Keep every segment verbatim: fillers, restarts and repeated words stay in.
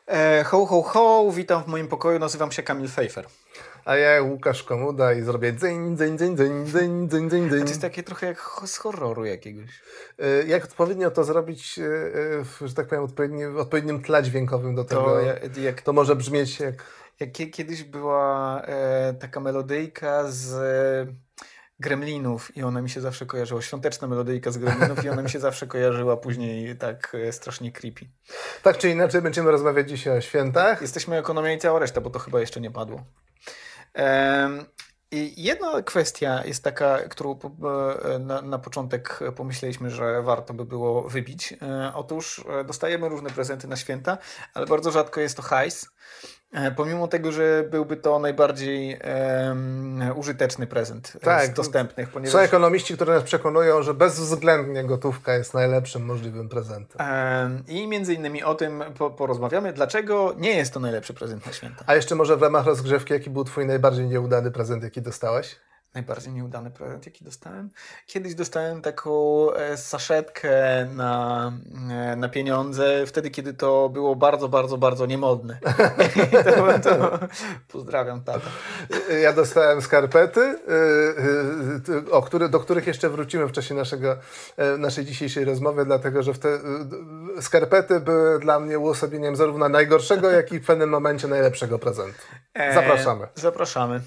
E, ho, ho, ho, witam w moim pokoju, nazywam się Kamil Fejfer. A ja Łukasz Komuda i zrobię dzyń, dzyń, dzyń, dzyń, dzyń, dzyń, dzyń, dzyń. To jest takie trochę jak z horroru jakiegoś. Jak odpowiednio to zrobić, że tak powiem, odpowiedni, odpowiednim tle dźwiękowym do tego, to, jak, jak, to może brzmieć jak... jak kiedyś była e, taka melodyjka z e, Gremlinów i ona mi się zawsze kojarzyła, świąteczna melodyjka z Gremlinów i ona mi się zawsze kojarzyła później tak e, strasznie creepy. Tak czy inaczej będziemy rozmawiać dzisiaj o świętach. Jesteśmy Ekonomia i cała reszta, bo to chyba jeszcze nie padło. Um, I jedna kwestia jest taka, którą na, na początek pomyśleliśmy, że warto by było wybić. Otóż dostajemy różne prezenty na święta, ale bardzo rzadko jest to hajs. Pomimo tego, że byłby to najbardziej um, użyteczny prezent tak, z dostępnych. Ponieważ... Są ekonomiści, którzy nas przekonują, że bezwzględnie gotówka jest najlepszym możliwym prezentem. Um, I między innymi o tym po, porozmawiamy, dlaczego nie jest to najlepszy prezent na święta. A jeszcze może w ramach rozgrzewki, jaki był twój najbardziej nieudany prezent, jaki dostałeś? Najbardziej nieudany prezent, jaki dostałem? Kiedyś dostałem taką e, saszetkę na, e, na pieniądze, wtedy kiedy to było bardzo, bardzo, bardzo niemodne. to, to, pozdrawiam tata. Ja dostałem skarpety, y, y, o który, do których jeszcze wrócimy w czasie naszego, y, naszej dzisiejszej rozmowy, dlatego że w te, y, skarpety były dla mnie uosobieniem zarówno najgorszego, jak i w pewnym momencie najlepszego prezentu. Zapraszamy. E, zapraszamy.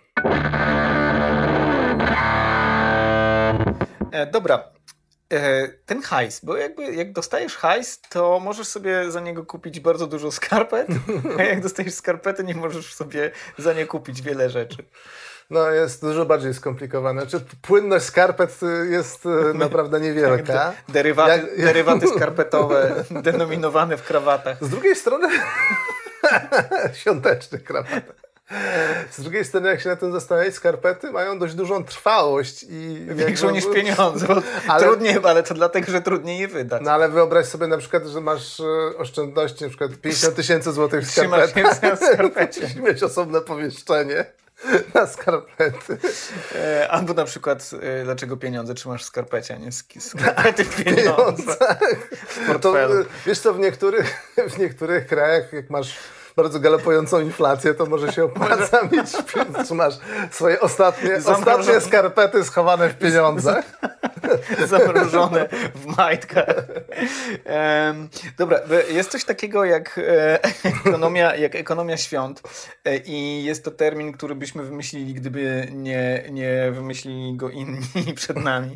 E, dobra, e, ten hajs, bo jakby jak dostajesz hajs, to możesz sobie za niego kupić bardzo dużo skarpet, a jak dostajesz skarpety, nie możesz sobie za nie kupić wiele rzeczy. No jest dużo bardziej skomplikowane. Znaczy, płynność skarpet jest naprawdę niewielka. Tak, de- derywaty, jak... derywaty skarpetowe denominowane w krawatach. Z drugiej strony świątecznych krawatach. Z drugiej strony, jak się na tym zastanawiać, skarpety mają dość dużą trwałość. I większą jakby... niż pieniądze. Bo ale... Trudniej, ale to dlatego, że trudniej je wydać. No ale wyobraź sobie na przykład, że masz oszczędności na przykład pięćdziesiąt tysięcy złotych w skarpetach. Trzymasz w skarpecie. Musisz mieć osobne pomieszczenie na skarpety. E, albo na przykład, e, dlaczego pieniądze trzymasz w skarpecie, a nie skarpety w pieniądze. W portfelu. To, wiesz co, w niektórych, w niektórych krajach, jak masz bardzo galopującą inflację, to może się opłaca mieć, trzymasz swoje ostatnie, ostatnie skarpety schowane w pieniądzach. Zamrożone w majtkach. Um, dobra, jest coś takiego jak e, ekonomia, jak ekonomia świąt e, i jest to termin, który byśmy wymyślili, gdyby nie, nie wymyślili go inni przed nami.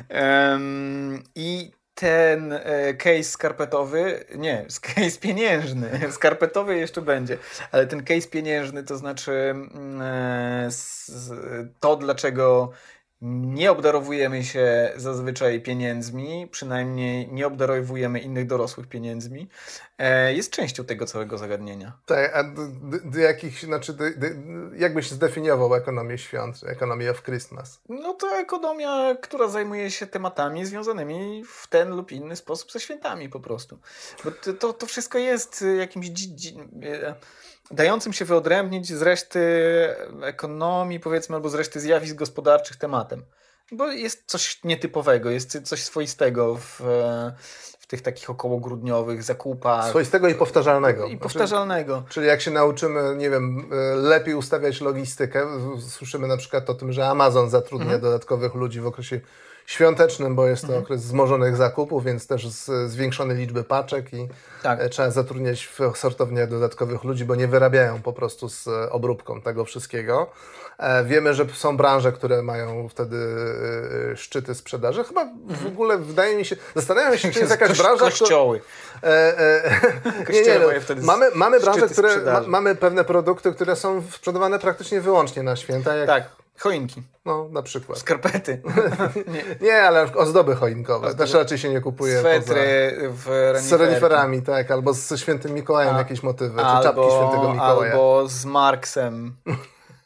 Um, I ten e, case skarpetowy, nie, case pieniężny, skarpetowy jeszcze będzie, ale ten case pieniężny, to znaczy e, s, to, dlaczego nie obdarowujemy się zazwyczaj pieniędzmi, przynajmniej nie obdarowujemy innych dorosłych pieniędzmi, e, jest częścią tego całego zagadnienia. Tak, a do, do jakich, znaczy, do, do, jak byś zdefiniował ekonomię świąt, ekonomię of Christmas? No to ekonomia, która zajmuje się tematami związanymi w ten lub inny sposób ze świętami po prostu. Bo to, to, to wszystko jest jakimś dzi- dzi- dającym się wyodrębnić z reszty ekonomii, powiedzmy, albo z reszty zjawisk gospodarczych tematem. Bo jest coś nietypowego, jest coś swoistego w, w tych takich okołogrudniowych zakupach. Swoistego i powtarzalnego. I powtarzalnego. Czyli, czyli jak się nauczymy, nie wiem, lepiej ustawiać logistykę, słyszymy na przykład o tym, że Amazon zatrudnia mhm. dodatkowych ludzi w okresie świątecznym, bo jest to mhm. okres wzmożonych zakupów, więc też z, zwiększone liczby paczek i tak. trzeba zatrudniać w sortowniach dodatkowych ludzi, bo nie wyrabiają po prostu z obróbką tego wszystkiego. E, wiemy, że są branże, które mają wtedy e, szczyty sprzedaży. Chyba w ogóle wydaje mi się, zastanawiam się, czy jest jakaś branża... Kościoły. Która, e, e, Kościoły nie, nie, mają wtedy mamy, mamy branże, które... Ma, mamy pewne produkty, które są sprzedawane praktycznie wyłącznie na święta. Jak, tak. Choinki. No, na przykład. Skarpety. nie. nie, ale ozdoby choinkowe. Ozdoby. Też raczej się nie kupuje. Swetry w reniferki. Z reniferami, tak. Albo ze Świętym Mikołajem A, jakieś motywy. Czy albo, czapki Świętego Mikołaja. Albo z Marksem.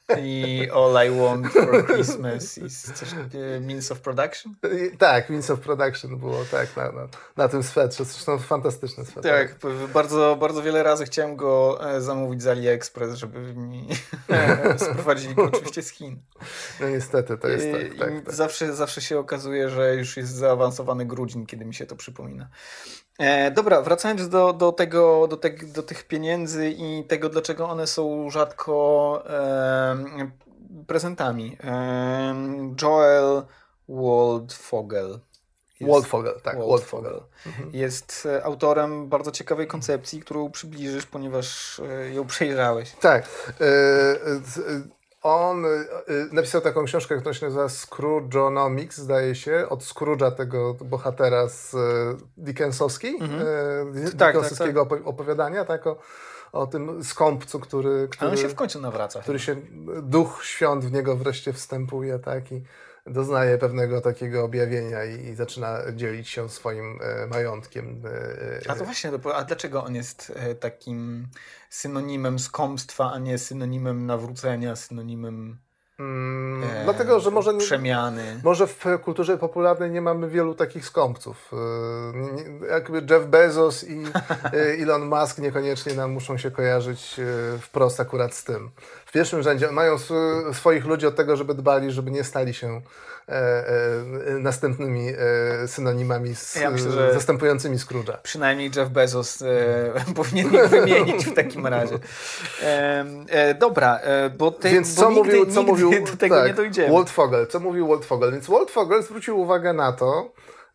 I All I Want for Christmas is coś, Means of Production? Tak, Means of Production było tak na, na, na tym swetrze. Zresztą fantastyczny swetr. Tak, bardzo, bardzo wiele razy chciałem go zamówić z AliExpress, żeby mi sprowadzili go oczywiście z Chin. No niestety, to jest tak. tak, tak. Zawsze, zawsze się okazuje, że już jest zaawansowany grudzień, kiedy mi się to przypomina. E, dobra, wracając do, do, tego, do, te, do tych pieniędzy i tego, dlaczego one są rzadko e, prezentami. E, Joel Waldfogel. Jest, Waldfogel, tak. Waldfogel. Waldfogel. Mhm. Jest autorem bardzo ciekawej koncepcji, którą przybliżysz, ponieważ ją przejrzałeś. Tak. E, e, On y, napisał taką książkę, która się nazywa Scroogeonomics, zdaje się, od Scrooge'a, tego bohatera z y, Dickensowskiej, mm-hmm. y, Dickensowskiego tak, tak, tak. opowiadania, tak, o, o tym skąpcu, który, który... A on się w końcu nawraca. Który się, duch świąt w niego wreszcie wstępuje, tak, i doznaje pewnego takiego objawienia i, i zaczyna dzielić się swoim e, majątkiem. E, a to właśnie, a dlaczego on jest e, takim synonimem skąpstwa, a nie synonimem nawrócenia, synonimem mm, e, dlatego, że może przemiany? Może w kulturze popularnej nie mamy wielu takich skąpców. E, jakby Jeff Bezos i Elon Musk niekoniecznie nam muszą się kojarzyć wprost akurat z tym. W pierwszym rzędzie mają swoich ludzi od tego, żeby dbali, żeby nie stali się e, e, następnymi e, synonimami z, ja myślę, że zastępującymi Scrooge'a. Przynajmniej Jeff Bezos e, powinien ich wymienić w takim razie. E, e, dobra, e, bo, te, Więc bo co nigdy, mówił, co nigdy mówił, do tego tak, nie dojdziemy. Waldfogel. Co mówił Waldfogel? Więc Waldfogel zwrócił uwagę na to,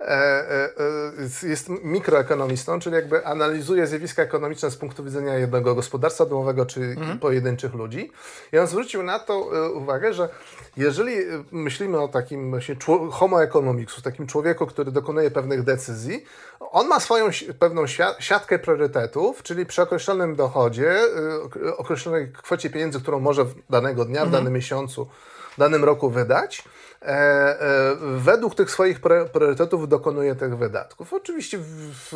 jest mikroekonomistą, czyli jakby analizuje zjawiska ekonomiczne z punktu widzenia jednego gospodarstwa domowego czy mhm. pojedynczych ludzi. I on zwrócił na to uwagę, że jeżeli myślimy o takim właśnie homo economicus, takim człowieku, który dokonuje pewnych decyzji, on ma swoją pewną siatkę priorytetów, czyli przy określonym dochodzie, określonej kwocie pieniędzy, którą może danego dnia, mhm. w danym miesiącu, w danym roku wydać, E, e, według tych swoich priorytetów dokonuje tych wydatków. Oczywiście w,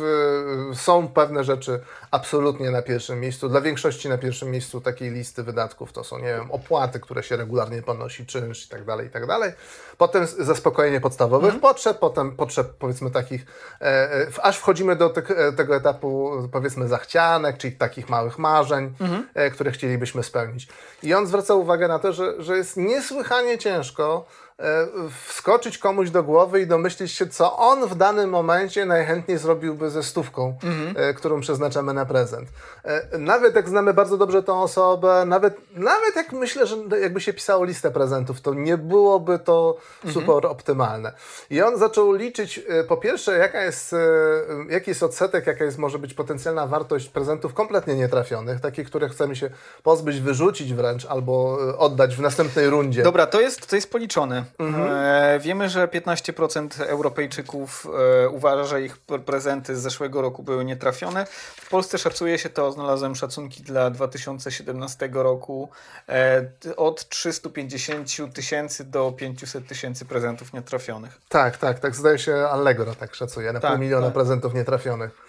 w, są pewne rzeczy absolutnie na pierwszym miejscu. Dla większości na pierwszym miejscu takiej listy wydatków to są, nie wiem, opłaty, które się regularnie ponosi, czynsz i tak dalej, i tak dalej. Potem zaspokojenie podstawowych mhm. potrzeb, potem potrzeb powiedzmy takich, e, e, aż wchodzimy do te, tego etapu powiedzmy zachcianek, czyli takich małych marzeń, mhm. e, które chcielibyśmy spełnić. I on zwraca uwagę na to, że, że jest niesłychanie ciężko wskoczyć komuś do głowy i domyślić się, co on w danym momencie najchętniej zrobiłby ze stówką, mhm. którą przeznaczamy na prezent. Nawet jak znamy bardzo dobrze tą osobę, nawet, nawet jak myślę, że jakby się pisało listę prezentów, to nie byłoby to mhm. super optymalne. I on zaczął liczyć, po pierwsze, jaka jest, jaki jest odsetek, jaka jest może być potencjalna wartość prezentów kompletnie nietrafionych, takich, które chcemy się pozbyć, wyrzucić wręcz, albo oddać w następnej rundzie. Dobra, to jest, to jest policzone. Mhm. E, wiemy, że piętnaście procent Europejczyków e, uważa, że ich prezenty z zeszłego roku były nietrafione. W Polsce szacuje się to, znalazłem szacunki dla dwa tysiące siedemnastego roku, e, od trzysta pięćdziesiąt tysięcy do pięćset tysięcy prezentów nietrafionych. Tak, tak, tak. Zdaje się Allegro tak szacuje, na tak, pół miliona tak. prezentów nietrafionych.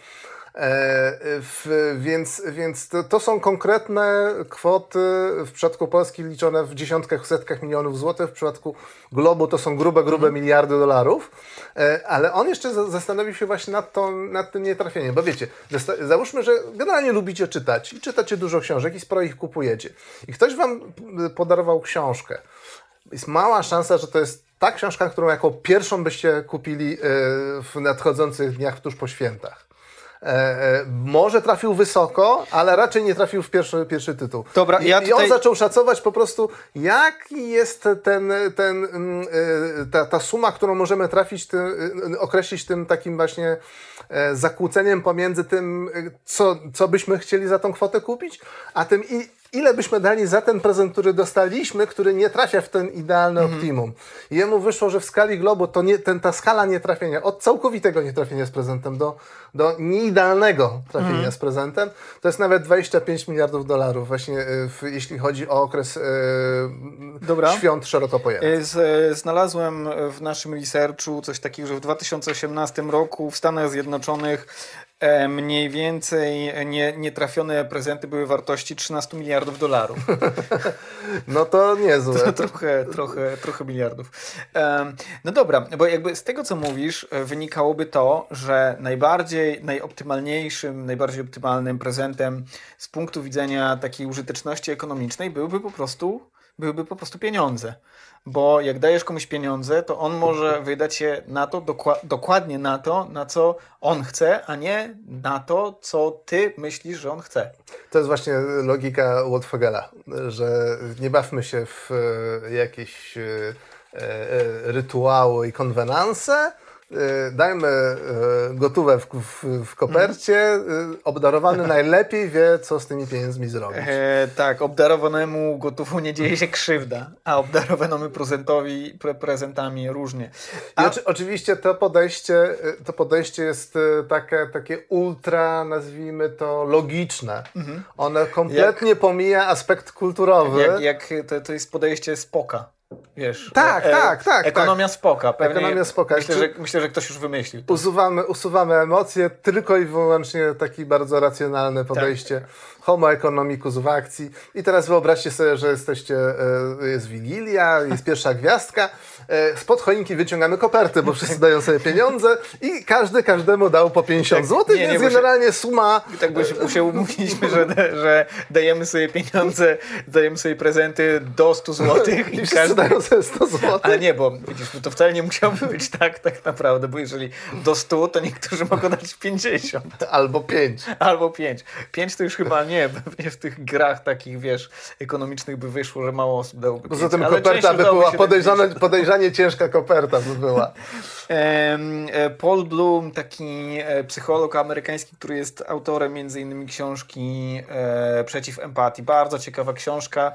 E, w, więc więc to, to są konkretne kwoty w przypadku Polski liczone w dziesiątkach, w setkach milionów złotych, w przypadku Globu to są grube, grube mm. miliardy dolarów, e, ale on jeszcze za, zastanowił się właśnie nad, to, nad tym nietrafieniem, bo wiecie, zasta- załóżmy, że generalnie lubicie czytać i czytacie dużo książek i sporo ich kupujecie i ktoś wam podarował książkę. Jest mała szansa, że to jest ta książka, którą jako pierwszą byście kupili e, w nadchodzących dniach tuż po świętach. E, e, może trafił wysoko, ale raczej nie trafił w pierwszy, pierwszy tytuł. Dobra, I, ja tutaj... I on zaczął szacować po prostu, jaki jest ten, ten, ta, ta suma, którą możemy trafić, tym, określić tym takim właśnie zakłóceniem pomiędzy tym, co, co byśmy chcieli za tą kwotę kupić, a tym i ile byśmy dali za ten prezent, który dostaliśmy, który nie trafia w ten idealny mm-hmm. optimum. I jemu wyszło, że w skali globu to nie, ten, ta skala nietrafienia, od całkowitego nietrafienia z prezentem do, do nieidealnego trafienia mm-hmm. z prezentem, to jest nawet dwadzieścia pięć miliardów dolarów, właśnie w, jeśli chodzi o okres e, świąt szeroko pojętych. Z, znalazłem w naszym researchu coś takiego, że w dwa tysiące osiemnastym roku w Stanach Zjednoczonych e, mniej więcej nie, nietrafione prezenty były wartości trzynaście miliardów dolarów. No to niezłe. To trochę, trochę, trochę miliardów. E, no dobra, bo jakby z tego, co mówisz, wynikałoby to, że najbardziej, najoptymalniejszym, najbardziej optymalnym prezentem z punktu widzenia takiej użyteczności ekonomicznej byłyby po prostu, byłyby po prostu pieniądze. Bo jak dajesz komuś pieniądze, to on może wydać je na to, dokła- dokładnie na to, na co on chce, a nie na to, co ty myślisz, że on chce. To jest właśnie logika Łotwogela, że nie bawmy się w e, jakieś e, e, rytuały i konwenanse, e, dajmy e, gotówę w, w, w kopercie, e, obdarowany najlepiej wie, co z tymi pieniędzmi zrobić. E, tak, obdarowanemu gotówą nie dzieje się krzywda, a obdarowanemu prezentowi, pre, prezentami różnie. A... I oczy, oczywiście to podejście, to podejście jest takie, takie ultra, nazwijmy to, logiczne. Mhm. One kompletnie jak, pomija aspekt kulturowy. Jak, jak to, to jest podejście spoka. Wiesz, tak, e, tak, tak. Ekonomia tak. spoka. Pewnie ekonomia spoka. Myślę, że, myślę, że ktoś już wymyślił. To. Usuwamy, usuwamy emocje, tylko i wyłącznie takie bardzo racjonalne podejście. Tak. Homo economicus w akcji. I teraz wyobraźcie sobie, że jesteście, jest Wigilia, jest pierwsza gwiazdka. Spod choinki wyciągamy koperty, bo wszyscy dają sobie pieniądze i każdy każdemu dał po pięćdziesiąt tak, złotych, nie, więc nie, generalnie się, suma... Tak, bo się, bo się umówiliśmy, że, że dajemy sobie pieniądze, dajemy sobie prezenty do stu złotych. I, I wszyscy każdy... dają sobie sto złotych. Ale nie, bo widzisz, to wcale nie musiałoby być tak, tak naprawdę, bo jeżeli do stu, to niektórzy mogą dać pięćdziesiąt. Albo pięć. Albo pięć. pięć to już chyba nie, pewnie w tych grach takich, wiesz, ekonomicznych by wyszło, że mało osób dałoby Poza tym koperta by była podejrzane, podejrzanie ciężka koperta by była. Paul Bloom, taki psycholog amerykański, który jest autorem między innymi książki Przeciw empatii. Bardzo ciekawa książka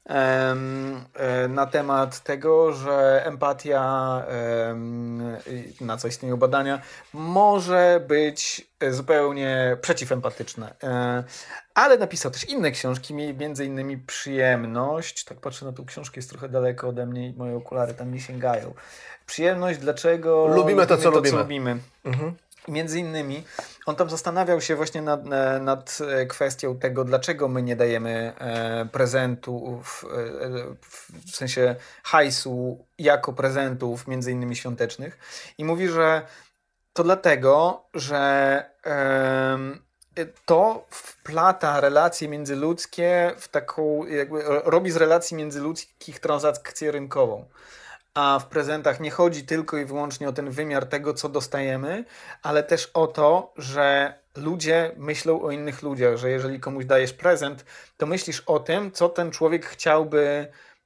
na temat tego, że empatia, na co istnieją badania, może być zupełnie przeciwempatyczna. Ale napisał też inne książki, między innymi Przyjemność. Tak patrzę na tą książkę, jest trochę daleko ode mnie i moje okulary tam nie sięgają. Przyjemność, dlaczego lubimy to, co to, lubimy. Co lubimy. Mhm. Między innymi on tam zastanawiał się właśnie nad, nad kwestią tego, dlaczego my nie dajemy prezentów, w sensie hajsu jako prezentów między innymi świątecznych. I mówi, że to dlatego, że to wplata relacje międzyludzkie w taką, jakby robi z relacji międzyludzkich transakcję rynkową. A w prezentach nie chodzi tylko i wyłącznie o ten wymiar tego, co dostajemy, ale też o to, że ludzie myślą o innych ludziach, że jeżeli komuś dajesz prezent, to myślisz o tym, co ten człowiek chciałby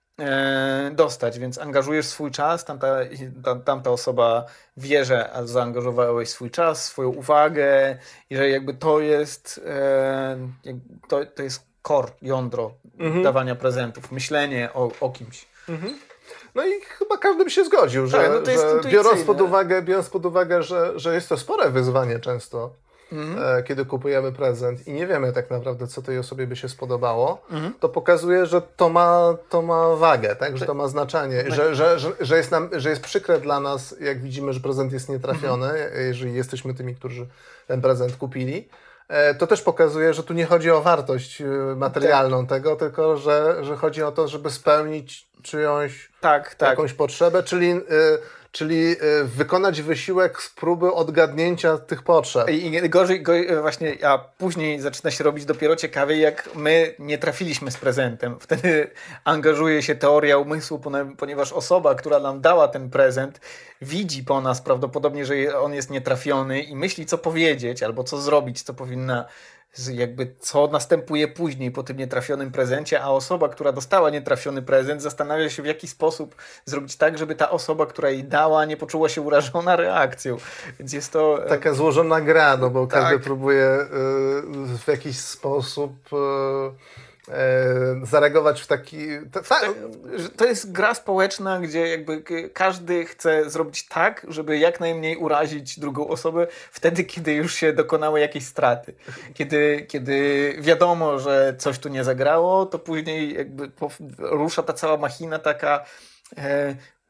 e, dostać, więc angażujesz swój czas, tamta, tam, tamta osoba wie, że zaangażowałeś swój czas, swoją uwagę i że jakby to jest e, to, to jest core, jądro mhm. dawania prezentów, myślenie o, o kimś. Mhm. No i chyba każdy by się zgodził, że, tak, no to jest że biorąc pod uwagę, biorąc pod uwagę że, że jest to spore wyzwanie często, mm. e, kiedy kupujemy prezent i nie wiemy tak naprawdę, co tej osobie by się spodobało, mm. to pokazuje, że to ma, to ma wagę, tak? Że to ma znaczenie, tak. że, że, że, że, jest nam, że jest przykre dla nas, jak widzimy, że prezent jest nietrafiony, mm. jeżeli jesteśmy tymi, którzy ten prezent kupili. To też pokazuje, że tu nie chodzi o wartość materialną tak. tego, tylko że, że chodzi o to, żeby spełnić czyjąś tak, tak. jakąś potrzebę, czyli, y, czyli y, wykonać wysiłek z próby odgadnięcia tych potrzeb. I gorzej, gorzej właśnie, a później zaczyna się robić dopiero ciekawiej, jak my nie trafiliśmy z prezentem. Wtedy angażuje się teoria umysłu, ponieważ osoba, która nam dała ten prezent, widzi po nas prawdopodobnie, że on jest nietrafiony i myśli, co powiedzieć albo co zrobić, co powinna, jakby co następuje później po tym nietrafionym prezencie, a osoba, która dostała nietrafiony prezent, zastanawia się, w jaki sposób zrobić tak, żeby ta osoba, która jej dała, nie poczuła się urażona reakcją. Więc jest to... Taka złożona gra, no bo tak. każdy próbuje y, w jakiś sposób... Y, zareagować w taki... Ta, to jest gra społeczna, gdzie jakby każdy chce zrobić tak, żeby jak najmniej urazić drugą osobę wtedy, kiedy już się dokonały jakieś straty. Kiedy, kiedy wiadomo, że coś tu nie zagrało, to później jakby rusza ta cała machina taka... E,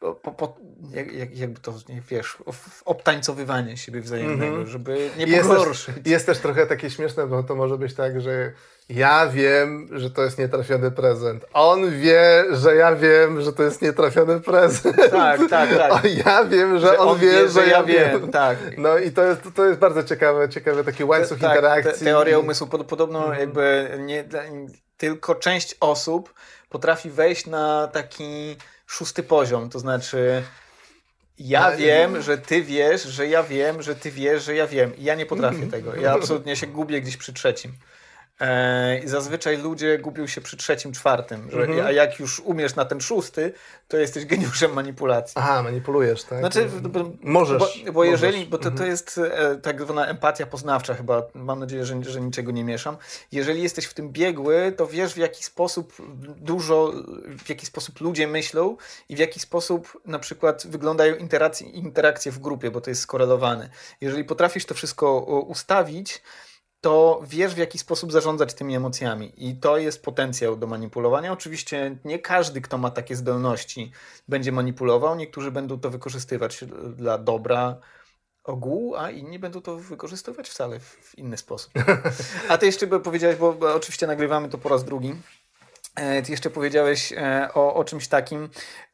po, po, jak, jakby to, nie, wiesz, obtańcowywanie siebie wzajemnego, mm-hmm. żeby nie pogorszyć. Jest, jest też trochę takie śmieszne, bo to może być tak, że ja wiem, że to jest nietrafiony prezent. On wie, że ja wiem, że to jest nietrafiony prezent. Tak, tak, tak. O, ja wiem, że, że on, on wie, wie, że ja wiem. wiem. Tak. No i to jest, to jest bardzo ciekawe, ciekawy taki łańcuch te, interakcji. Tak, te, teoria umysłu podobno mm. jakby nie, tylko część osób potrafi wejść na taki szósty poziom, to znaczy ja wiem, że ty wiesz, że ja wiem, że ty wiesz, że ja wiem. I ja nie potrafię tego. Ja absolutnie się gubię gdzieś przy trzecim. I zazwyczaj ludzie gubią się przy trzecim, czwartym. Że, mhm. A jak już umiesz na ten szósty, to jesteś geniuszem manipulacji. Aha, manipulujesz, tak? Znaczy, możesz. Bo, bo jeżeli, bo to, to jest e, tak zwana empatia poznawcza chyba, mam nadzieję, że, że niczego nie mieszam. Jeżeli jesteś w tym biegły, to wiesz w jaki sposób dużo, w jaki sposób ludzie myślą i w jaki sposób na przykład wyglądają interakcje, interakcje w grupie, bo to jest skorelowane. Jeżeli potrafisz to wszystko ustawić, to wiesz w jaki sposób zarządzać tymi emocjami i to jest potencjał do manipulowania. Oczywiście nie każdy, kto ma takie zdolności, będzie manipulował. Niektórzy będą to wykorzystywać dla dobra ogółu, a inni będą to wykorzystywać wcale w, w inny sposób. A ty jeszcze powiedziałeś, bo, bo oczywiście nagrywamy to po raz drugi, ty jeszcze powiedziałeś o, o czymś takim,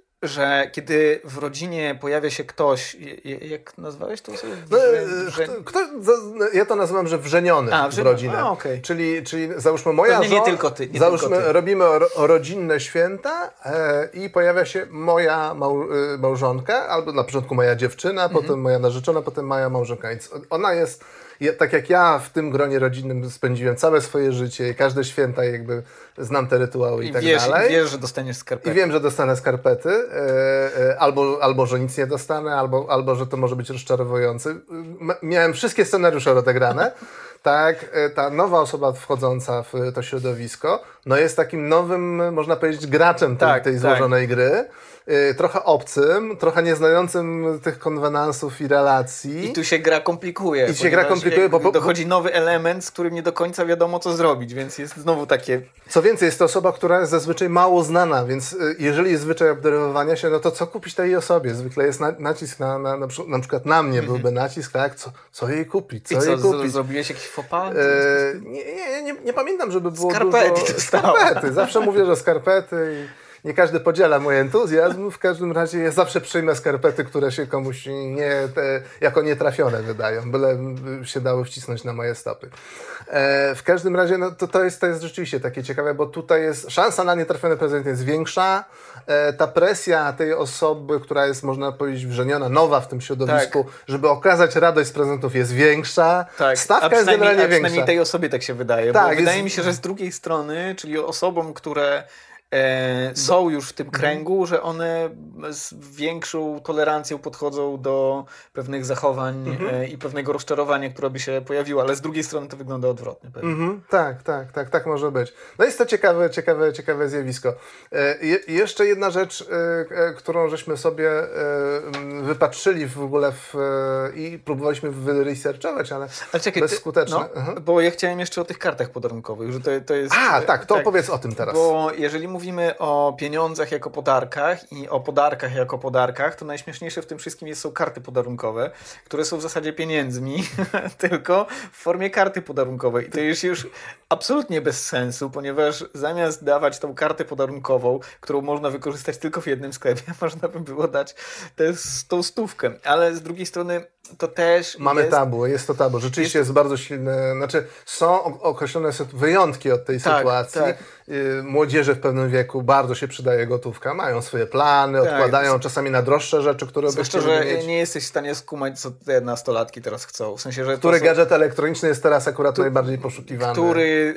że kiedy w rodzinie pojawia się ktoś, jak nazwałeś to? No, wrze... kto, ja to nazywam, że wrzeniony A, wrze... w rodzinę. A, okay. czyli, czyli załóżmy moja żona, nie tylko ty. Nie załóżmy, tylko ty. robimy ro, rodzinne święta e, i pojawia się moja mał, małżonka, albo na początku moja dziewczyna, mhm. potem moja narzeczona, potem moja małżonka. Więc ona jest, ja, tak jak ja w tym gronie rodzinnym spędziłem całe swoje życie i każde święta jakby znam te rytuały i, i tak wiesz, dalej. I wiesz, że dostaniesz skarpety. I wiem, że dostanę skarpety, e, e, albo, albo że nic nie dostanę, albo, albo że to może być rozczarowujące. M- miałem wszystkie scenariusze rozegrane. Tak, e, ta nowa osoba wchodząca w to środowisko, no jest takim nowym, można powiedzieć, graczem tej, tak, tej złożonej tak. gry. Trochę obcym, trochę nieznającym tych konwenansów i relacji. I tu się gra komplikuje. I się gra komplikuje, bo, bo dochodzi nowy element, z którym nie do końca wiadomo, co zrobić, więc jest znowu takie... Co więcej, jest to osoba, która jest zazwyczaj mało znana, więc jeżeli jest zwyczaj obdarowywania się, no to co kupić tej osobie? Zwykle jest na, nacisk na, na, na, na przykład na mnie byłby mm-hmm. nacisk, tak? Co, co jej kupić? Co I co, jej kupić? Z, zrobiłeś jakiś faux pas? E, nie, nie, nie, nie pamiętam, żeby było skarpety dużo... Skarpety. Zawsze mówię, że skarpety i... Nie każdy podziela mój entuzjazm, w każdym razie ja zawsze przyjmę skarpety, które się komuś nie, te, jako nietrafione wydają, byle się dały wcisnąć na moje stopy. E, w każdym razie no, to, to, jest, to jest rzeczywiście takie ciekawe, bo tutaj jest szansa na nietrafiony prezent jest większa, e, ta presja tej osoby, która jest, można powiedzieć, wrzeniona, nowa w tym środowisku, tak. żeby okazać radość z prezentów jest większa, tak. stawka jest generalnie większa. A przynajmniej tej osobie tak się wydaje, tak, bo jest... wydaje mi się, że z drugiej strony, czyli osobom, które E, są już w tym kręgu, że one z większą tolerancją podchodzą do pewnych zachowań mhm. e, i pewnego rozczarowania, które by się pojawiło, ale z drugiej strony to wygląda odwrotnie. Mhm. Tak, tak, tak, tak może być. No jest to ciekawe, ciekawe, ciekawe zjawisko. E, je, jeszcze jedna rzecz, e, e, którą żeśmy sobie e, wypatrzyli w ogóle w, e, i próbowaliśmy wyresearchować, ale, ale czekaj, bezskuteczne. Ty, no, mhm. Bo ja chciałem jeszcze o tych kartach podarunkowych, że to, to jest... A, tak, to tak, opowiedz o tym teraz. Bo jeżeli mówimy o pieniądzach jako podarkach i o podarkach jako podarkach, to najśmieszniejsze w tym wszystkim jest, są karty podarunkowe, które są w zasadzie pieniędzmi, tylko w formie karty podarunkowej. I to jest już absolutnie bez sensu, ponieważ zamiast dawać tą kartę podarunkową, którą można wykorzystać tylko w jednym sklepie, można by było dać tę, tą stówkę. Ale z drugiej strony to też Mamy jest... tabu, jest to tabu. Rzeczywiście jest, jest bardzo silne, znaczy są określone wyjątki od tej tak, sytuacji. Tak. Młodzieży w pewnym wieku bardzo się przydaje gotówka, mają swoje plany, tak, odkładają jest... czasami na droższe rzeczy, które by chcieli że mieć. Nie jesteś w stanie skumać, co te nastolatki teraz chcą. W sensie, że który są... gadżet elektroniczny jest teraz akurat tu... najbardziej poszukiwany? Który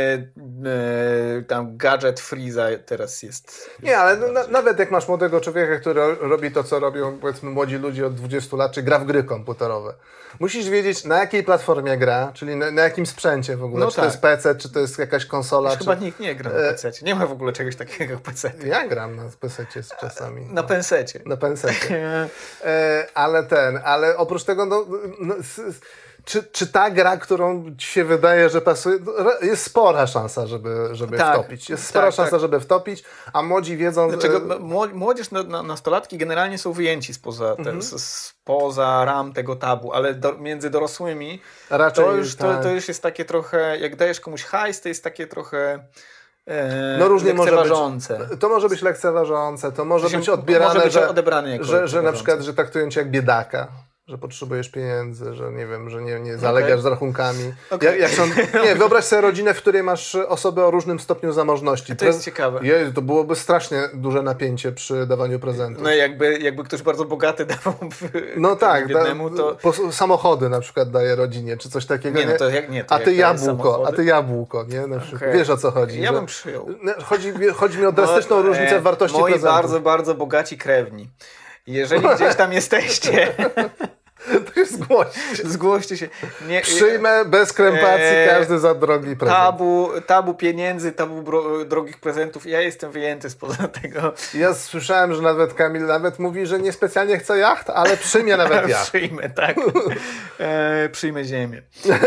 e, e, tam gadżet Freeza teraz jest... Nie, ale na, nawet jak masz młodego człowieka, który robi to, co robią powiedzmy młodzi ludzie od dwudziestu lat, czy gra w gry komputerowe. Musisz wiedzieć, na jakiej platformie gra, czyli na, na jakim sprzęcie w ogóle. No czy tak. to jest P C, czy to jest jakaś konsola. Czy... Chyba nikt nie gra na P C. Nie ma w ogóle czegoś takiego jak P C. Ja gram na P C czasami. Na no. pensecie. Na pensecie. e, ale ten, ale oprócz tego no, no, czy, czy ta gra, którą ci się wydaje, że pasuje, jest spora szansa, żeby, żeby tak, wtopić. Jest spora tak, szansa, tak. żeby wtopić, a młodzi wiedzą... Dlaczego młodzież, nastolatki generalnie są wyjęci spoza, te, mhm. spoza ram tego tabu, ale do, między dorosłymi Raczej, to, już, tak. to, to już jest takie trochę, jak dajesz komuś hajs, to jest takie trochę e, no różnie lekceważące. Może być, to może być lekceważące, to może być odbierane, może być że, odebrane jako że, że na przykład, że traktują cię jak biedaka. Że potrzebujesz pieniędzy, że nie wiem, że nie, nie zalegasz okay. z rachunkami. Okay. Jak, jak są, nie, wyobraź sobie rodzinę, w której masz osoby o różnym stopniu zamożności. To jest ciekawe. Je, to byłoby strasznie duże napięcie przy dawaniu prezentów. No jakby, jakby ktoś bardzo bogaty dawał no tak, biednemu, to... po, samochody na przykład daje rodzinie, czy coś takiego. Nie, no to jak nie, to a ty jabłko, a ty jabłko, nie? Na przykład. Okay. Wiesz, o co chodzi. Ja że, bym przyjął. Chodzi, chodzi mi o drastyczną no, różnicę w wartości moi prezentów. bardzo, bardzo bogaci krewni. Jeżeli gdzieś tam jesteście... To się zgłoście. Zgłoście się. Nie, Przyjmę bez krępacji e, każdy za drogi prezent. Tabu, tabu pieniędzy, tabu bro, drogich prezentów. Ja jestem wyjęty spoza tego. Ja słyszałem, że nawet Kamil nawet mówi, że niespecjalnie chce jacht, ale przyjmie nawet jacht. Przyjmę, tak. E, przyjmę ziemię.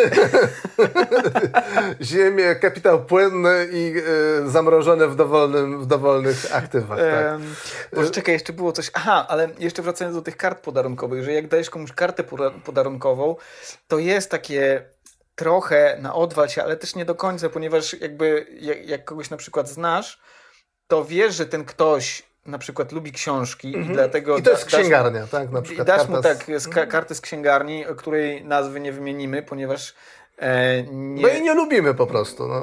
Ziemię, kapitał płynny i e, zamrożone w, dowolnym, w dowolnych aktywach. Tak. E, Boże, czekaj, jeszcze było coś. Aha, ale jeszcze wracając do tych kart podarunkowych, że jak dajesz komuś kartę podarunkową, to jest takie trochę na odwal się, ale też nie do końca, ponieważ jakby jak, jak kogoś na przykład znasz, to wiesz, że ten ktoś na przykład lubi książki mm-hmm. i dlatego... I to jest da, księgarnia, dasz, tak? Na przykład dasz mu z... tak z ka- kartę z księgarni, której nazwy nie wymienimy, ponieważ e, nie... No i nie lubimy po prostu, no.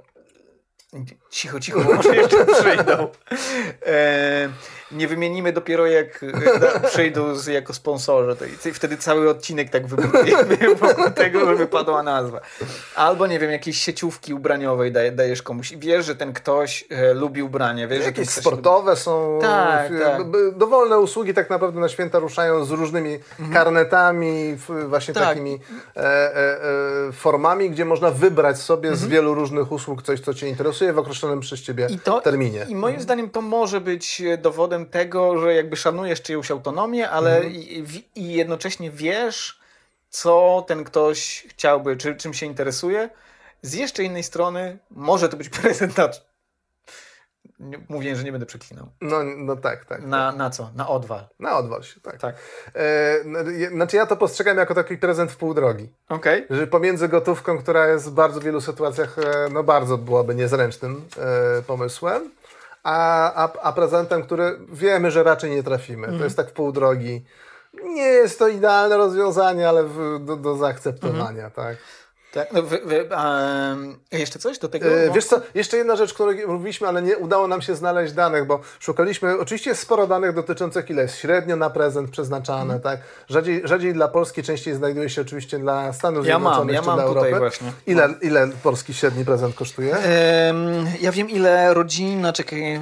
Cicho, cicho, bo może jeszcze przyjdą. E, nie wymienimy dopiero jak da, przyjdą z, jako sponsorzy. To i wtedy cały odcinek tak wybudujemy wokół tego, żeby padła nazwa. Albo nie wiem, jakieś sieciówki ubraniowej daj, dajesz komuś i wiesz, że ten ktoś e, lubi ubranie. Wiesz, jakieś że sportowe lubi... są. Tak, w, tak. Dowolne usługi tak naprawdę na święta ruszają z różnymi mhm. karnetami, właśnie tak. takimi e, e, e, formami, gdzie można wybrać sobie mhm. z wielu różnych usług coś, co cię interesuje w określonym przez ciebie I to, terminie. I moim mhm. zdaniem to może być dowodem tego, że jakby szanujesz czyjąś autonomię, ale mhm. i, i jednocześnie wiesz, co ten ktoś chciałby, czy, czym się interesuje. Z jeszcze innej strony może to być prezent na... Mówię, że nie będę przeklinał. No, no tak, tak. Na, tak. na co? Na odwal. Na odwal się, tak. tak. E, znaczy ja to postrzegam jako taki prezent w pół drogi. Okej. Okay. Że pomiędzy gotówką, która jest w bardzo wielu sytuacjach, no bardzo byłaby niezręcznym e, pomysłem, A, a, a prezentem, który wiemy, że raczej nie trafimy. Mm. To jest tak w pół drogi. Nie jest to idealne rozwiązanie, ale w, do, do zaakceptowania, mm. tak? Tak, no wy, wy, um, jeszcze coś do tego? Yy, wiesz co, jeszcze jedna rzecz, którą mówiliśmy, ale nie udało nam się znaleźć danych, bo szukaliśmy, oczywiście jest sporo danych dotyczących ile jest średnio na prezent przeznaczane, mm. tak? Rzadziej, rzadziej dla Polski, częściej znajduje się oczywiście dla Stanów ja Zjednoczonych mam, ja czy mam dla Europy. Tutaj właśnie. Ile, ile polski średni prezent kosztuje? Um, ja wiem ile rodzina, czekaj...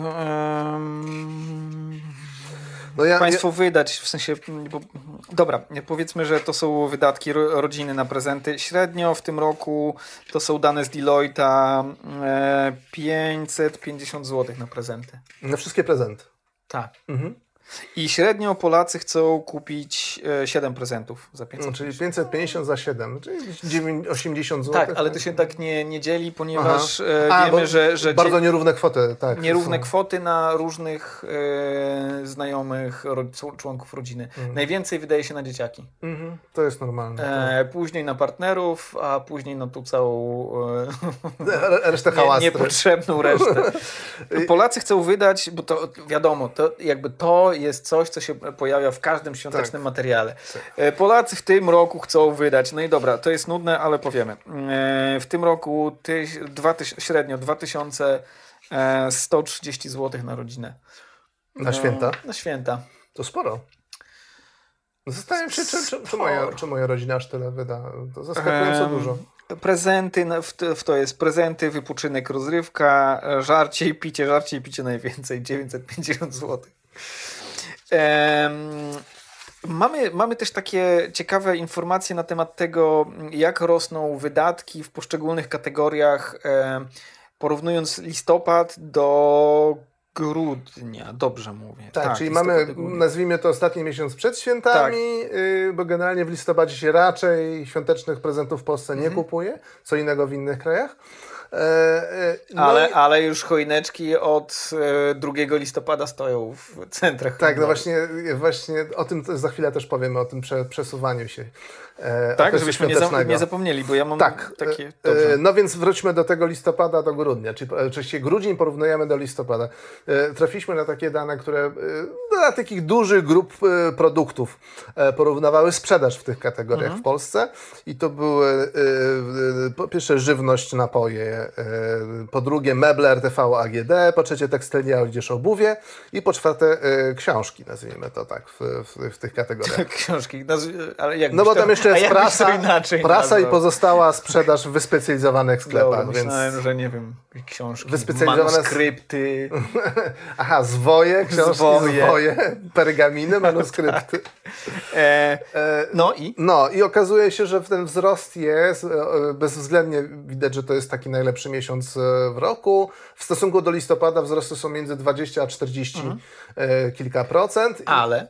Um... No ja, Państwo ja... wydać, w sensie, bo, dobra, powiedzmy, że to są wydatki ro, rodziny na prezenty. Średnio w tym roku to są dane z Deloitte'a e, pięćset pięćdziesiąt złotych na prezenty. Na wszystkie prezenty? Tak. Mhm. I średnio Polacy chcą kupić e, siedem prezentów za pięćset. No, czyli pięćset pięćdziesiąt za siedem, czyli osiemdziesiąt złotych. Tak, ale to się tak nie, nie dzieli, ponieważ e, A, wiemy, że, że... Bardzo nierówne kwoty, tak. Nierówne kwoty na różnych e, znajomych ro, członków rodziny. Mhm. Najwięcej wydaje się na dzieciaki. Mhm. To jest normalne. E, później na partnerów, a później na tu całą e, resztę hałastry. Nie, niepotrzebną resztę. Polacy chcą wydać, bo to wiadomo, to jakby to jest coś, co się pojawia w każdym świątecznym tak. materiale. Tak. Polacy w tym roku chcą wydać, no i dobra, to jest nudne, ale powiemy. W tym roku ty, dwa, średnio dwa tysiące sto trzydzieści złotych na rodzinę. Na święta? Na święta. To sporo. Zastanawiam się, czy, czy, czy, moja, czy moja rodzina aż tyle wyda. To zaskakująco um, dużo. Prezenty, w to, w to jest prezenty, wypoczynek, rozrywka, żarcie i picie, żarcie i picie najwięcej, dziewięćset pięćdziesiąt złotych. Um, mamy, mamy też takie ciekawe informacje na temat tego, jak rosną wydatki w poszczególnych kategoriach, um, porównując listopad do grudnia, dobrze mówię. Tak, tak czyli mamy, nazwijmy to ostatni miesiąc przed świętami, tak. yy, bo generalnie w listopadzie się raczej świątecznych prezentów w Polsce nie mhm. kupuje, co innego w innych krajach. No ale, i... ale już choineczki od drugiego listopada stoją w centrach. Tak, no właśnie, właśnie o tym za chwilę też powiemy, o tym prze, przesuwaniu się. E, tak, żebyśmy nie, za, nie zapomnieli, bo ja mam tak, takie... E, no więc wróćmy do tego listopada do grudnia, czyli oczywiście grudzień porównujemy do listopada. E, trafiliśmy na takie dane, które e, dla takich dużych grup e, produktów e, porównywały sprzedaż w tych kategoriach mhm. w Polsce i to były e, e, po pierwsze żywność, napoje, e, po drugie meble R T V A G D, po trzecie tekstylia, odzież, obuwie i po czwarte e, książki, nazwijmy to tak, w, w, w tych kategoriach. Książki, ale jak no bo tam jeszcze jest prasa, prasa i nazwał. pozostała sprzedaż w wyspecjalizowanych sklepach. No, więc... myślałem, że nie wiem, książki, wyspecjalizowane manuskrypty. Aha, zwoje, książki, zwoje, zwoje pergaminy, manuskrypty. tak. e, no i? No i okazuje się, że ten wzrost jest, bezwzględnie widać, że to jest taki najlepszy miesiąc w roku. W stosunku do listopada wzrosty są między dwadzieścia a czterdzieści mhm. kilka procent. Ale?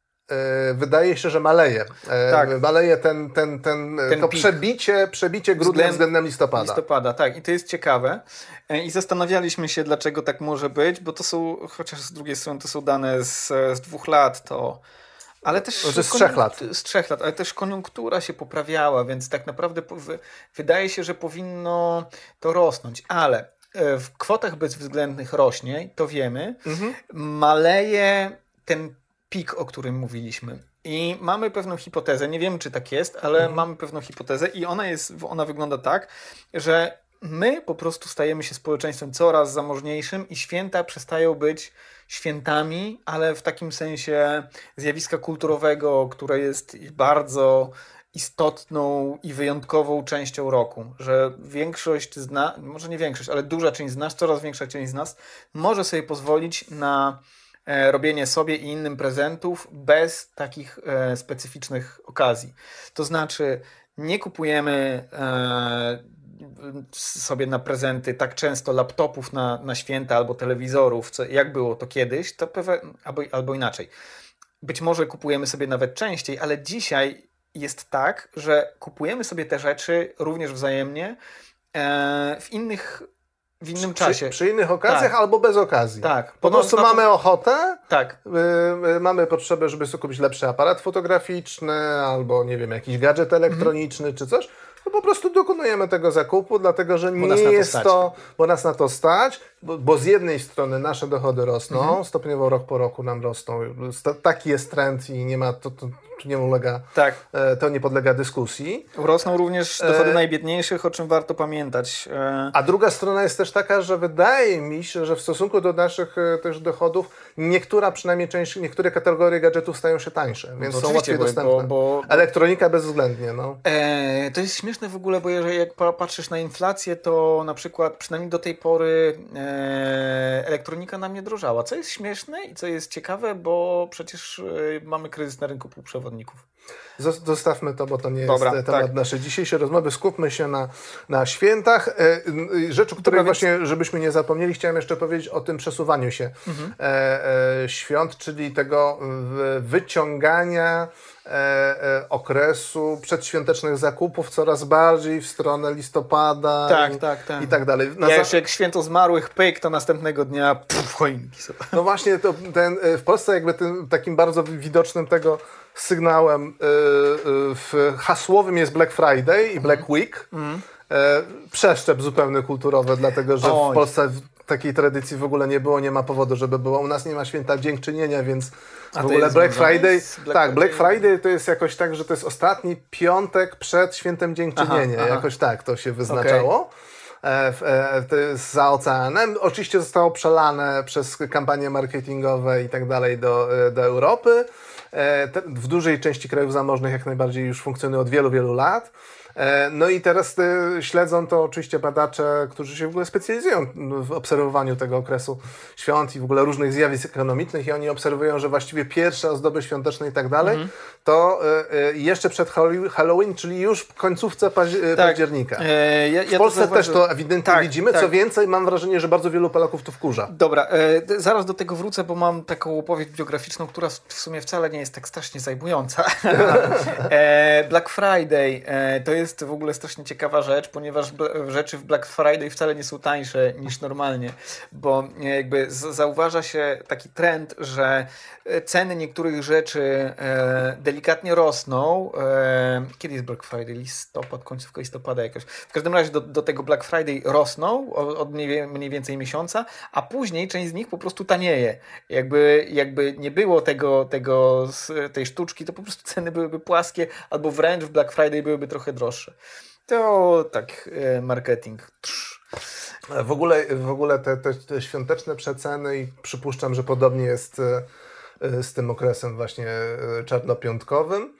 Wydaje się, że maleje. Tak. Maleje ten, ten, ten, ten to przebicie, przebicie grudnia Względ... względem listopada. Listopada, tak. I to jest ciekawe. I zastanawialiśmy się, dlaczego tak może być, bo to są, chociaż z drugiej strony to są dane z, z dwóch lat, to... Ale też z trzech lat. Z trzech lat, ale też koniunktura się poprawiała, więc tak naprawdę wydaje się, że powinno to rosnąć. Ale w kwotach bezwzględnych rośnie, to wiemy, mhm. maleje ten pik, o którym mówiliśmy. I mamy pewną hipotezę, nie wiem czy tak jest, ale mhm. mamy pewną hipotezę i ona jest, ona wygląda tak, że my po prostu stajemy się społeczeństwem coraz zamożniejszym i święta przestają być świętami, ale w takim sensie zjawiska kulturowego, które jest bardzo istotną i wyjątkową częścią roku, że większość z nas, może nie większość, ale duża część z nas, coraz większa część z nas może sobie pozwolić na robienie sobie i innym prezentów bez takich e, specyficznych okazji. To znaczy nie kupujemy e, sobie na prezenty tak często laptopów na, na święta albo telewizorów, co, jak było to kiedyś, to pewne, albo, albo inaczej. Być może kupujemy sobie nawet częściej, ale dzisiaj jest tak, że kupujemy sobie te rzeczy również wzajemnie e, w innych W innym przy, czasie. Przy innych okazjach tak. albo bez okazji. Tak. Po prostu mamy to... ochotę, tak. y, y, mamy potrzebę, żeby sobie kupić lepszy aparat fotograficzny albo nie wiem, jakiś gadżet elektroniczny mm-hmm. czy coś. No po prostu dokonujemy tego zakupu, dlatego że bo nie jest to, to, bo nas na to stać, bo, bo z jednej strony nasze dochody rosną, mm-hmm. stopniowo rok po roku nam rosną. Taki jest trend i nie ma to, to nie ulega, tak. to nie podlega dyskusji. Rosną również dochody e... najbiedniejszych, o czym warto pamiętać. E... A druga strona jest też taka, że wydaje mi się, że w stosunku do naszych też dochodów niektóra przynajmniej część, niektóre kategorie gadżetów stają się tańsze, więc no są łatwiej bo, dostępne. Bo, bo, Elektronika bezwzględnie. No. E, to jest śmieszne w ogóle, bo jeżeli jak patrzysz na inflację, to na przykład przynajmniej do tej pory e, elektronika nam nie drożała, co jest śmieszne i co jest ciekawe, bo przecież e, mamy kryzys na rynku półprzewodników. Zostawmy to, bo to nie Dobra, jest temat tak. naszej dzisiejszej rozmowy. Skupmy się na, na świętach. Rzecz, o której Dobra, właśnie, więc... żebyśmy nie zapomnieli, chciałem jeszcze powiedzieć o tym przesuwaniu się mhm. e, e, świąt, czyli tego wyciągania e, e, okresu przedświątecznych zakupów coraz bardziej w stronę listopada tak, i, tak, tak. i tak dalej. Na ja za... już jak święto zmarłych pyk, to następnego dnia pff, choinki sobie. No właśnie, to ten, w Polsce jakby tym, takim bardzo widocznym tego sygnałem y, y, w hasłowym jest Black Friday i Black Week. Mm. E, przeszczep zupełny kulturowy, dlatego że Oj. w Polsce takiej tradycji w ogóle nie było, nie ma powodu, żeby było. U nas nie ma święta dziękczynienia, więc w A ogóle Black Friday... Black tak, Black Friday? Friday to jest jakoś tak, że to jest ostatni piątek przed świętem dziękczynienia. Aha, aha. Jakoś tak to się wyznaczało. Okay. To jest za oceanem. Oczywiście zostało przelane przez kampanie marketingowe i tak dalej do, do Europy. W dużej części krajów zamożnych jak najbardziej już funkcjonuje od wielu, wielu lat. No i teraz śledzą to oczywiście badacze, którzy się w ogóle specjalizują w obserwowaniu tego okresu świąt i w ogóle różnych zjawisk ekonomicznych i oni obserwują, że właściwie pierwsze ozdoby świąteczne i tak dalej, mhm. to jeszcze przed Halloween, czyli już w końcówce paź- tak. października. E, ja, ja w Polsce to też to ewidentnie tak, widzimy. Tak. Co więcej, mam wrażenie, że bardzo wielu Polaków to wkurza. Dobra, e, zaraz do tego wrócę, bo mam taką opowieść biograficzną, która w sumie wcale nie jest tak strasznie zajmująca. e, Black Friday e, to jest w ogóle strasznie ciekawa rzecz, ponieważ bl- rzeczy w Black Friday wcale nie są tańsze niż normalnie, bo jakby z- zauważa się taki trend, że ceny niektórych rzeczy e, delikatnie rosną. E, kiedy jest Black Friday? Listopad, końcówka listopada jakoś. W każdym razie do, do tego Black Friday rosną od, od mniej, mniej więcej miesiąca, a później część z nich po prostu tanieje. Jakby, jakby nie było tego, tego, tej sztuczki, to po prostu ceny byłyby płaskie, albo wręcz w Black Friday byłyby trochę droższe. To tak e, marketing. Trz. W ogóle, w ogóle te, te, te świąteczne przeceny i przypuszczam, że podobnie jest z tym okresem właśnie czarnopiątkowym,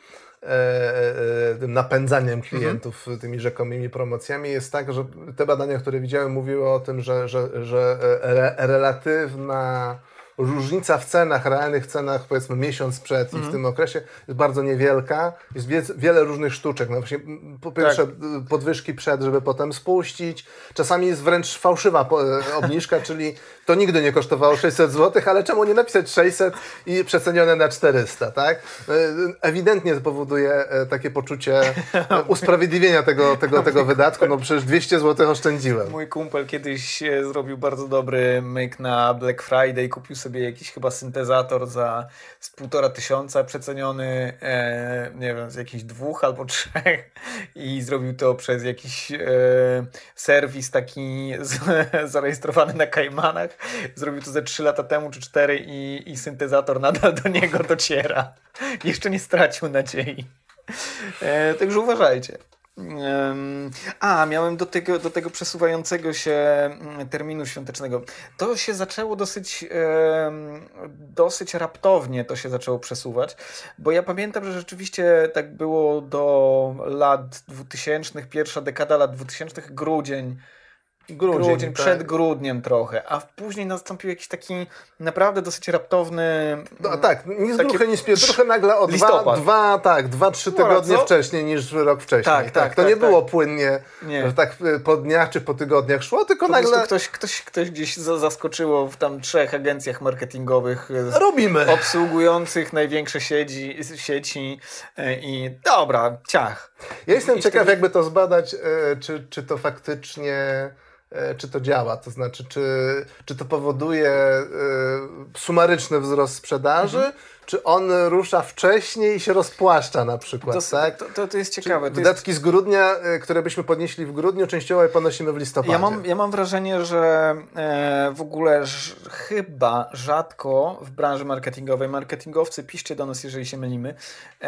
tym napędzaniem klientów mhm. tymi rzekomymi promocjami, jest tak, że te badania, które widziałem, mówiły o tym, że, że, że re, relatywna różnica w cenach, realnych cenach, powiedzmy miesiąc przed mm. i w tym okresie jest bardzo niewielka. Jest wie, wiele różnych sztuczek. No właśnie, po pierwsze tak. podwyżki przed, żeby potem spuścić. Czasami jest wręcz fałszywa obniżka, czyli to nigdy nie kosztowało sześćset złotych, ale czemu nie napisać sześćset i przecenione na czterysta, tak? Ewidentnie powoduje takie poczucie usprawiedliwienia tego, tego, tego wydatku, no przecież dwieście złotych oszczędziłem. Mój kumpel kiedyś zrobił bardzo dobry myk na Black Friday, kupił sobie jakiś chyba syntezator za z półtora tysiąca przeceniony, e, nie wiem, z jakichś dwóch albo trzech i zrobił to przez jakiś e, serwis taki z, zarejestrowany na Kajmanach. Zrobił to ze trzy lata temu czy cztery i, i syntezator nadal do niego dociera. Jeszcze nie stracił nadziei. E, także uważajcie. A, miałem do tego, do tego przesuwającego się terminu świątecznego. To się zaczęło dosyć dosyć raptownie to się zaczęło przesuwać, bo ja pamiętam, że rzeczywiście tak było do lat dwutysięcznych, pierwsza dekada lat dwutysięcznych, grudzień, Grudzień, grudzień tak. przed grudniem trochę, a później nastąpił jakiś taki naprawdę dosyć raptowny... No tak, nie z gruchy, nie z pierwszy, trochę nagle o dwa, dwa, tak, dwa, trzy tygodnie no, wcześniej niż rok wcześniej. Tak, tak, tak, to tak, nie tak. było płynnie, nie. że tak po dniach czy po tygodniach szło, tylko po nagle... Ktoś, ktoś, ktoś gdzieś zaskoczyło w tam trzech agencjach marketingowych Robimy. obsługujących największe sieci, sieci i dobra, ciach. Ja jestem I ciekaw, wtedy... jakby to zbadać, czy, czy to faktycznie... czy to działa, to znaczy, czy, czy to powoduje y, sumaryczny wzrost sprzedaży, mhm. czy on rusza wcześniej i się rozpłaszcza na przykład, Dos, tak? To, to, to jest ciekawe. To wydatki jest... z grudnia, y, które byśmy podnieśli w grudniu, częściowo je ponosimy w listopadzie. Ja mam, ja mam wrażenie, że e, w ogóle ż, chyba rzadko w branży marketingowej, marketingowcy, piszcie do nas, jeżeli się mylimy, e,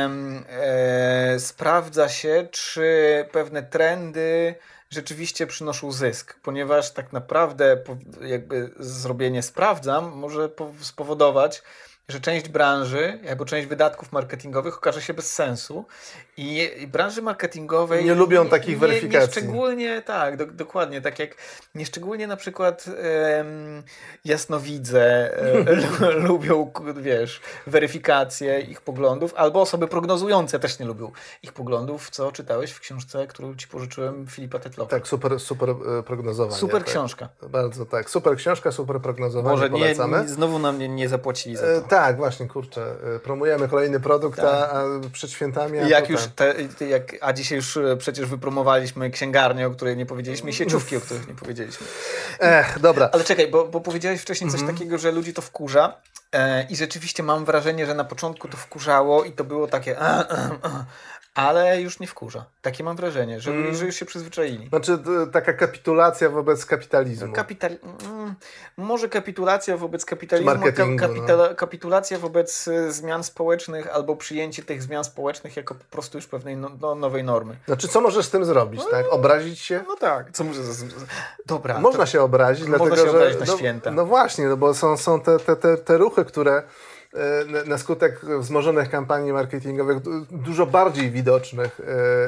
e, sprawdza się, czy pewne trendy rzeczywiście przynoszą zysk, ponieważ tak naprawdę jakby zrobienie sprawdzam może spowodować, że część branży, albo część wydatków marketingowych okaże się bez sensu i, i branży marketingowej nie lubią nie, takich nie, weryfikacji. Nie szczególnie, tak, do, dokładnie, tak jak nieszczególnie na przykład em, jasnowidze e, lubią, wiesz, weryfikację ich poglądów, albo osoby prognozujące też nie lubią ich poglądów, co czytałeś w książce, którą ci pożyczyłem, Filipa Tetloka. Tak, super, super prognozowanie. Super tak. książka. Bardzo tak, super książka, super prognozowanie, Może polecamy. nie, znowu nam nie, nie zapłacili za to. Tak, właśnie, kurczę, promujemy kolejny produkt, tak. a, a przed świętami... A jak już te, jak, a dzisiaj już przecież wypromowaliśmy księgarnię, o której nie powiedzieliśmy, i sieciówki, o których nie powiedzieliśmy. Ech, dobra. Ale czekaj, bo, bo powiedziałeś wcześniej coś mm-hmm. takiego, że ludzi to wkurza e, i rzeczywiście mam wrażenie, że na początku to wkurzało i to było takie... A, a, a. Ale już nie wkurza. Takie mam wrażenie, że, mm. że już się przyzwyczaili. Znaczy taka kapitulacja wobec kapitalizmu. Kapital... Mm, może kapitulacja wobec kapitalizmu, ka- kapitala... no. kapitulacja wobec y, zmian społecznych albo przyjęcie tych zmian społecznych jako po prostu już pewnej no, no, nowej normy. Znaczy co możesz z tym zrobić, no, tak? Obrazić się? No tak. Co może... Dobra. Można się obrazić, można dlatego się obrazić że... na no, święta. No właśnie, no bo są, są te, te, te, te ruchy, które na skutek wzmożonych kampanii marketingowych, dużo bardziej widocznych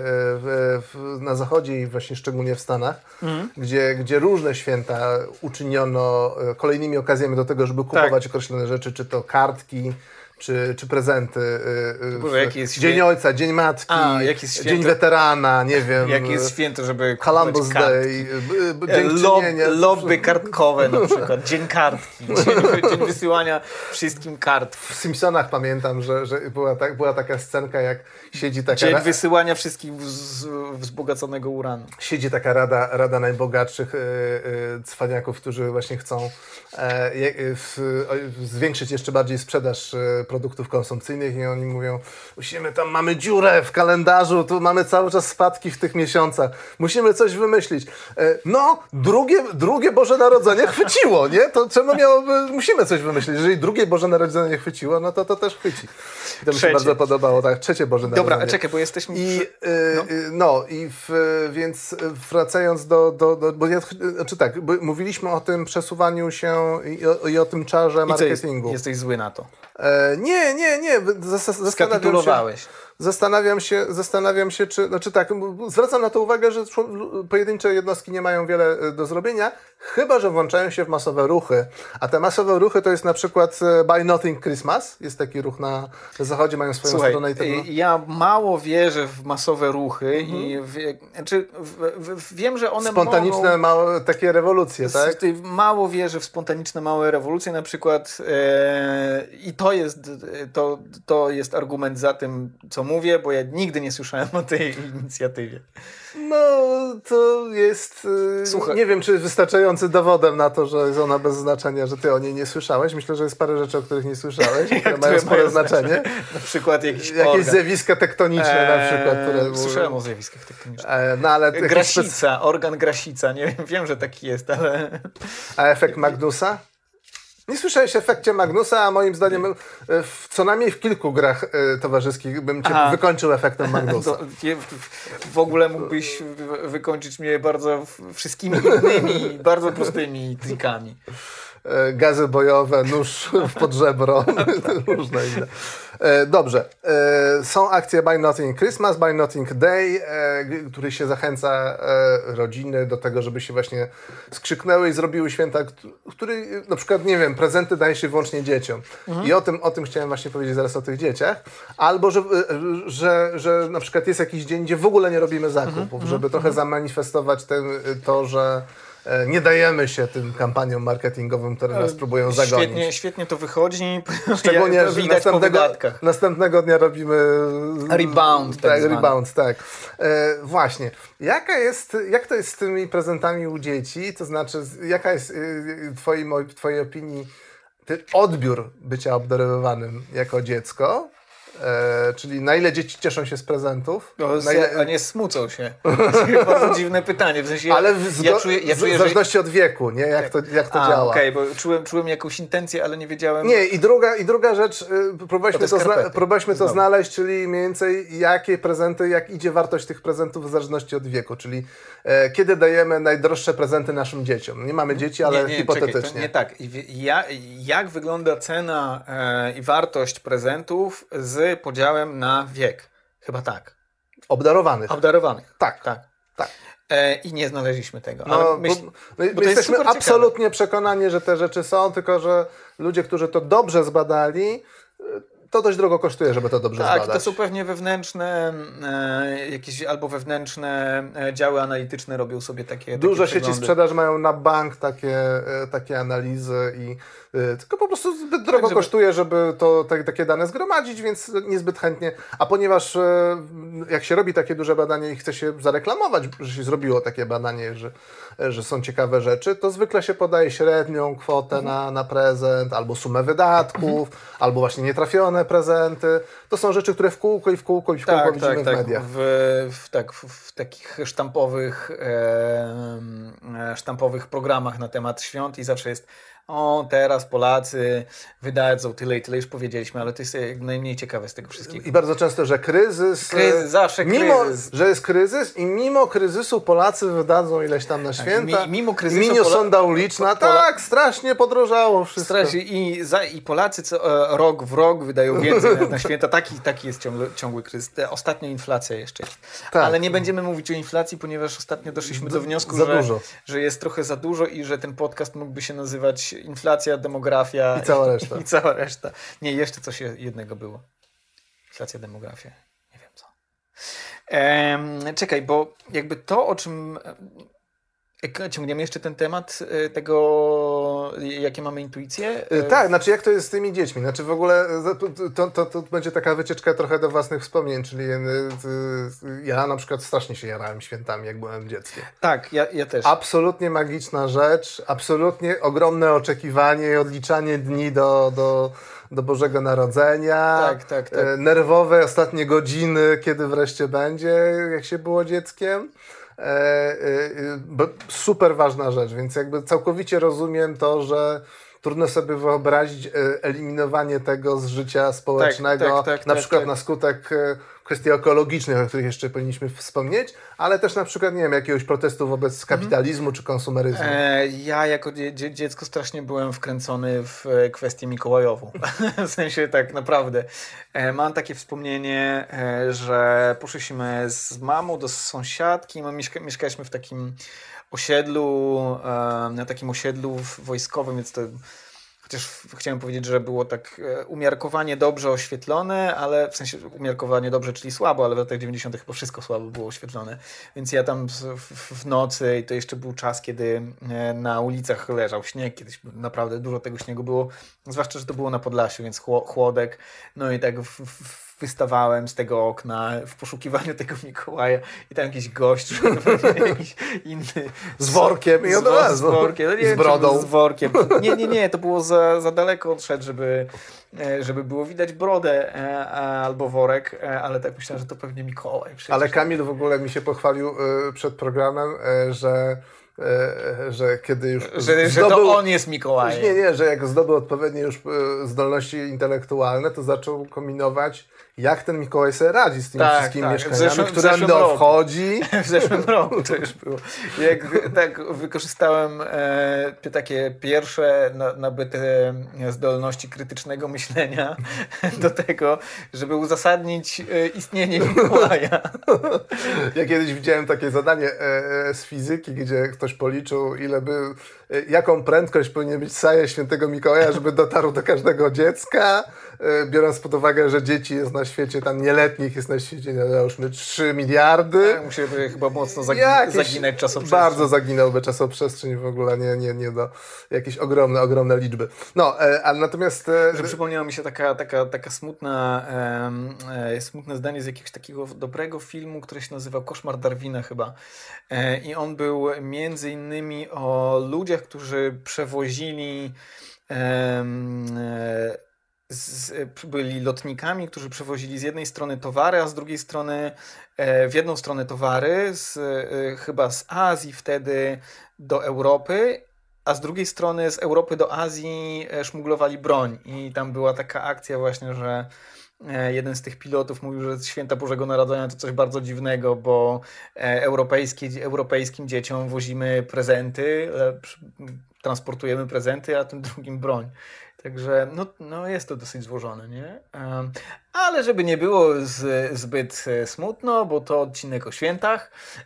na Zachodzie i właśnie szczególnie w Stanach, mm. gdzie, gdzie różne święta uczyniono kolejnymi okazjami do tego, żeby kupować tak. określone rzeczy, czy to kartki, Czy, czy prezenty. Boże, jaki jest Dzień świę... Ojca, Dzień Matki, A, jak jest Dzień Weterana, nie wiem. Jakie jest święto, żeby Columbus Day, Dzień Lob, czynienia. Lobby kartkowe na przykład, Dzień Kartki, dzień, dzień wysyłania wszystkim kart. W Simpsonach pamiętam, że, że była, tak, była taka scenka, jak siedzi taka... Dzień wysyłania wszystkich wz, wzbogaconego uranu. Siedzi taka rada, rada najbogatszych yy, yy, cwaniaków, którzy właśnie chcą e, yy, yy, zwiększyć jeszcze bardziej sprzedaż yy, produktów konsumpcyjnych i oni mówią, musimy tam, mamy dziurę w kalendarzu, tu mamy cały czas spadki w tych miesiącach, musimy coś wymyślić. E, no, drugie, drugie Boże Narodzenie chwyciło, nie? To czemu miałoby, musimy coś wymyślić. Jeżeli drugie Boże Narodzenie chwyciło, no to to też chwyci. I to mi się bardzo podobało, tak, trzecie Boże Narodzenie. Dobra, czekaj, bo jesteśmy... I, yy, no. no, i w, więc wracając do, do, do bo ja, znaczy tak, bo mówiliśmy o tym przesuwaniu się i o, i o tym czarze marketingu. I jesteś zły na to. E, nie, nie, nie. Zas- Skapitulowałeś. Się, zastanawiam się, zastanawiam się, czy, znaczy tak, zwracam na to uwagę, że pojedyncze jednostki nie mają wiele do zrobienia, chyba że włączają się w masowe ruchy. A te masowe ruchy to jest na przykład Buy Nothing Christmas. Jest taki ruch na zachodzie, mają swoją Słuchaj, stronę. I tego... ja mało wierzę w masowe ruchy mhm. i w, znaczy, w, w, wiem, że one spontaniczne mogą... małe takie rewolucje, tak? Mało wierzę w spontaniczne małe rewolucje, na przykład e, i to jest, to, to jest argument za tym, co mówię, bo ja nigdy nie słyszałem o tej inicjatywie. No, to jest, Słuchaj. nie wiem, czy wystarczający dowodem na to, że jest ona bez znaczenia, że ty o niej nie słyszałeś. Myślę, że jest parę rzeczy, o których nie słyszałeś, które mają spore znaczenie. Na przykład jakiś Jakieś organ. zjawiska tektoniczne eee, na przykład. Które słyszałem o zjawiskach tektonicznych. Eee, no, ale Grasica, specy... organ Grasica. Nie wiem, wiem, że taki jest, ale... A efekt Magnusa? Nie słyszałeś o efekcie Magnusa, a moim zdaniem w, co najmniej w kilku grach y, towarzyskich bym cię Aha. wykończył efektem Magnusa. To, w ogóle mógłbyś wykończyć mnie bardzo wszystkimi innymi, bardzo prostymi trikami. Gazy bojowe, nóż w podżebro, różne inne. Dobrze. Są akcje Buy Nothing Christmas, Buy Nothing Day, który się zachęca rodziny do tego, żeby się właśnie skrzyknęły i zrobiły święta, który na przykład, nie wiem, prezenty daje się wyłącznie dzieciom. Mhm. I o tym, o tym chciałem właśnie powiedzieć zaraz o tych dzieciach. Albo, że, że, że na przykład jest jakiś dzień, gdzie w ogóle nie robimy zakupów, mhm. żeby trochę zamanifestować ten, to, że nie dajemy się tym kampaniom marketingowym, które nas próbują zagonić. Świetnie, świetnie to wychodzi. Szczególnie, jak że widać następnego, po wydatkach. następnego dnia robimy rebound. Tak, tak rebound, tak. E, właśnie. Jaka jest, jak to jest z tymi prezentami u dzieci? To znaczy, jaka jest w twojej, w twojej opinii ty odbiór bycia obdarowywanym jako dziecko? E, czyli na ile dzieci cieszą się z prezentów? No, na ile... A nie smucą się. To jest bardzo dziwne pytanie. W sensie ale w, ja czuję, ja czuję, w zależności że... od wieku, nie? Jak to, jak to a, działa. Okej, okay, bo czułem, czułem jakąś intencję, ale nie wiedziałem... Nie, i druga, i druga rzecz, próbowaliśmy, to, to, zna, próbowaliśmy to znaleźć, czyli mniej więcej jakie prezenty, jak idzie wartość tych prezentów w zależności od wieku, czyli e, kiedy dajemy najdroższe prezenty naszym dzieciom. Nie mamy dzieci, ale nie, nie, hipotetycznie. Czekaj, nie tak. Ja, jak wygląda cena e, i wartość prezentów z podziałem na wiek? Chyba tak. Obdarowanych. Obdarowanych. Tak. Tak. tak. E, I nie znaleźliśmy tego. No, ale myśl, bo, my, bo my jesteśmy absolutnie ciekawe. przekonani, że te rzeczy są, tylko że ludzie, którzy to dobrze zbadali, to dość drogo kosztuje, żeby to dobrze tak, zbadać. Tak, to są pewnie wewnętrzne, e, jakieś albo wewnętrzne e, działy analityczne robią sobie takie Dużo takie sieci sprzedaży mają na bank takie, e, takie analizy i e, tylko po prostu zbyt drogo tak, żeby... kosztuje, żeby to te, takie dane zgromadzić, więc niezbyt chętnie. A ponieważ e, jak się robi takie duże badanie i chce się zareklamować, że się zrobiło takie badanie, że, że są ciekawe rzeczy, to zwykle się podaje średnią kwotę mhm. na, na prezent, albo sumę wydatków, mhm. albo właśnie nietrafione same prezenty. To są rzeczy, które w kółko i w kółko i w kółko tak, widzimy tak, w tak. mediach. W, w, tak, w, w takich sztampowych, e, sztampowych programach na temat świąt i zawsze jest o, teraz Polacy wydadzą tyle i tyle, już powiedzieliśmy, ale to jest najmniej ciekawe z tego wszystkiego. I bardzo często, że kryzys... Kryzys, zawsze mimo, kryzys. że jest kryzys i mimo kryzysu Polacy wydadzą ileś tam na święta. Tak, mimo kryzysu... Minio Pola... sonda uliczna, Pola... tak, strasznie podrożało wszystko. Strasznie. I, za, I Polacy co, e, rok w rok wydają więcej na, na święta. Taki, taki jest ciągły, ciągły kryzys. Ostatnio inflacja jeszcze jest. Tak. Ale nie będziemy mówić o inflacji, ponieważ ostatnio doszliśmy do wniosku, za że, dużo. że jest trochę za dużo i że ten podcast mógłby się nazywać inflacja, demografia i cała reszta. I cała reszta. Nie, jeszcze coś jednego było. Inflacja, demografia. Nie wiem co. Ehm, czekaj, bo jakby to, o czym... Ciągniemy jeszcze ten temat tego, jakie mamy intuicje? Tak, znaczy jak to jest z tymi dziećmi? Znaczy w ogóle to, to, to będzie taka wycieczka trochę do własnych wspomnień, czyli ja na przykład strasznie się jarałem świętami, jak byłem dzieckiem. Tak, ja, ja też. Absolutnie magiczna rzecz, absolutnie ogromne oczekiwanie i odliczanie dni do, do, do Bożego Narodzenia. Tak, tak, tak. Nerwowe ostatnie godziny, kiedy wreszcie będzie, jak się było dzieckiem. E, e, super ważna rzecz, więc jakby całkowicie rozumiem to, że trudno sobie wyobrazić eliminowanie tego z życia społecznego, tak, tak, tak, na przykład tak, tak. na skutek kwestii ekologicznych, o których jeszcze powinniśmy wspomnieć, ale też na przykład, nie wiem, jakiegoś protestu wobec kapitalizmu mm. czy konsumeryzmu. E, ja jako dzie- dziecko strasznie byłem wkręcony w kwestię mikołajową. W sensie tak naprawdę. E, mam takie wspomnienie, e, że poszliśmy z mamą do sąsiadki, my mieszka- mieszkaliśmy w takim osiedlu, e, na takim osiedlu wojskowym, więc to chociaż chciałem powiedzieć, że było tak umiarkowanie dobrze oświetlone, ale w sensie umiarkowanie dobrze, czyli słabo, ale w latach dziewięćdziesiątych chyba wszystko słabo było oświetlone. Więc ja tam w, w, w nocy, i to jeszcze był czas, kiedy na ulicach leżał śnieg, kiedyś naprawdę dużo tego śniegu było, zwłaszcza, że to było na Podlasiu, więc chłodek. No i tak w, w, wystawałem z tego okna w poszukiwaniu tego Mikołaja i tam jakiś gość, jakiś inny... Z workiem. I z, z, z workiem. No nie z wiem, brodą. Z workiem. Nie, nie, nie, to było za, za daleko odszedł, żeby, żeby było widać brodę albo worek, ale tak myślałem, że to pewnie Mikołaj. Przecież. Ale Kamil w ogóle mi się pochwalił przed programem, że że kiedy już że, zdobył, że to on jest Mikołajem. Nie, nie, że jak zdobył odpowiednie już zdolności intelektualne, to zaczął kombinować, jak ten Mikołaj sobie radzi z tymi tak, wszystkimi tak. mieszkaniami, zeszłym, które mną wchodzi. W zeszłym roku to już było. Jak tak wykorzystałem e, takie pierwsze na, nabyte zdolności krytycznego myślenia do tego, żeby uzasadnić e, istnienie Mikołaja. Ja kiedyś widziałem takie zadanie e, z fizyki, gdzie ktoś policzył, ile by, e, jaką prędkość powinien być saje świętego Mikołaja, żeby dotarł do każdego dziecka, e, biorąc pod uwagę, że dzieci jest na świecie, tam nieletnich jest na świecie, no, już my trzy miliardy. Tak, musiałby chyba mocno zagin- zaginać czasoprzestrzeń. Bardzo zaginąłby czasoprzestrzeń, w ogóle nie, nie, nie do jakieś ogromne, ogromne liczby. No, e, ale natomiast... E, że przypomniała mi się taka, taka, taka smutna, e, smutne zdanie z jakiegoś takiego dobrego filmu, który się nazywał Koszmar Darwina chyba. E, I on był między innymi o ludziach, którzy przewozili e, e, Z, byli lotnikami, którzy przewozili z jednej strony towary, a z drugiej strony e, w jedną stronę towary, z, e, chyba z Azji wtedy do Europy, a z drugiej strony z Europy do Azji e, szmuglowali broń. I tam była taka akcja właśnie, że e, jeden z tych pilotów mówił, że święta Bożego Narodzenia to coś bardzo dziwnego, bo e, europejskie, europejskim dzieciom wozimy prezenty, e, transportujemy prezenty, a tym drugim broń. Także no, no jest to dosyć złożone, nie? Um, ale żeby nie było z, zbyt smutno, bo to odcinek o świętach,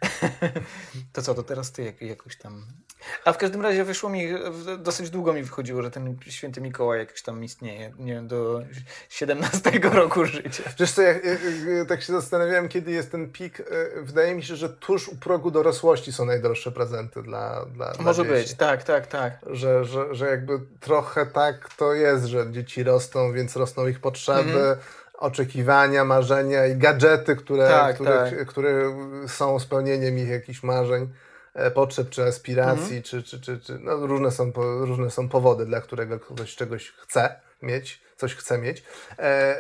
to co, to teraz ty jak, jakoś tam... A w każdym razie wyszło mi, dosyć długo mi wychodziło, że ten święty Mikołaj jakoś tam istnieje, nie wiem, do siedemnastego roku życia. Wiesz co, ja, ja, ja tak się zastanawiałem, kiedy jest ten pik. Wydaje mi się, że tuż u progu dorosłości są najdroższe prezenty dla, dla, dla Może dzieci. być, tak, tak, tak. Że, że, że jakby trochę tak to jest, że dzieci rosną, więc rosną ich potrzeby, mhm. oczekiwania, marzenia i gadżety, które, tak, które, tak. które są spełnieniem ich jakichś marzeń, potrzeb czy aspiracji, mhm. czy, czy, czy, czy no różne są, różne są powody, dla którego ktoś czegoś chce. mieć, coś chce mieć, e,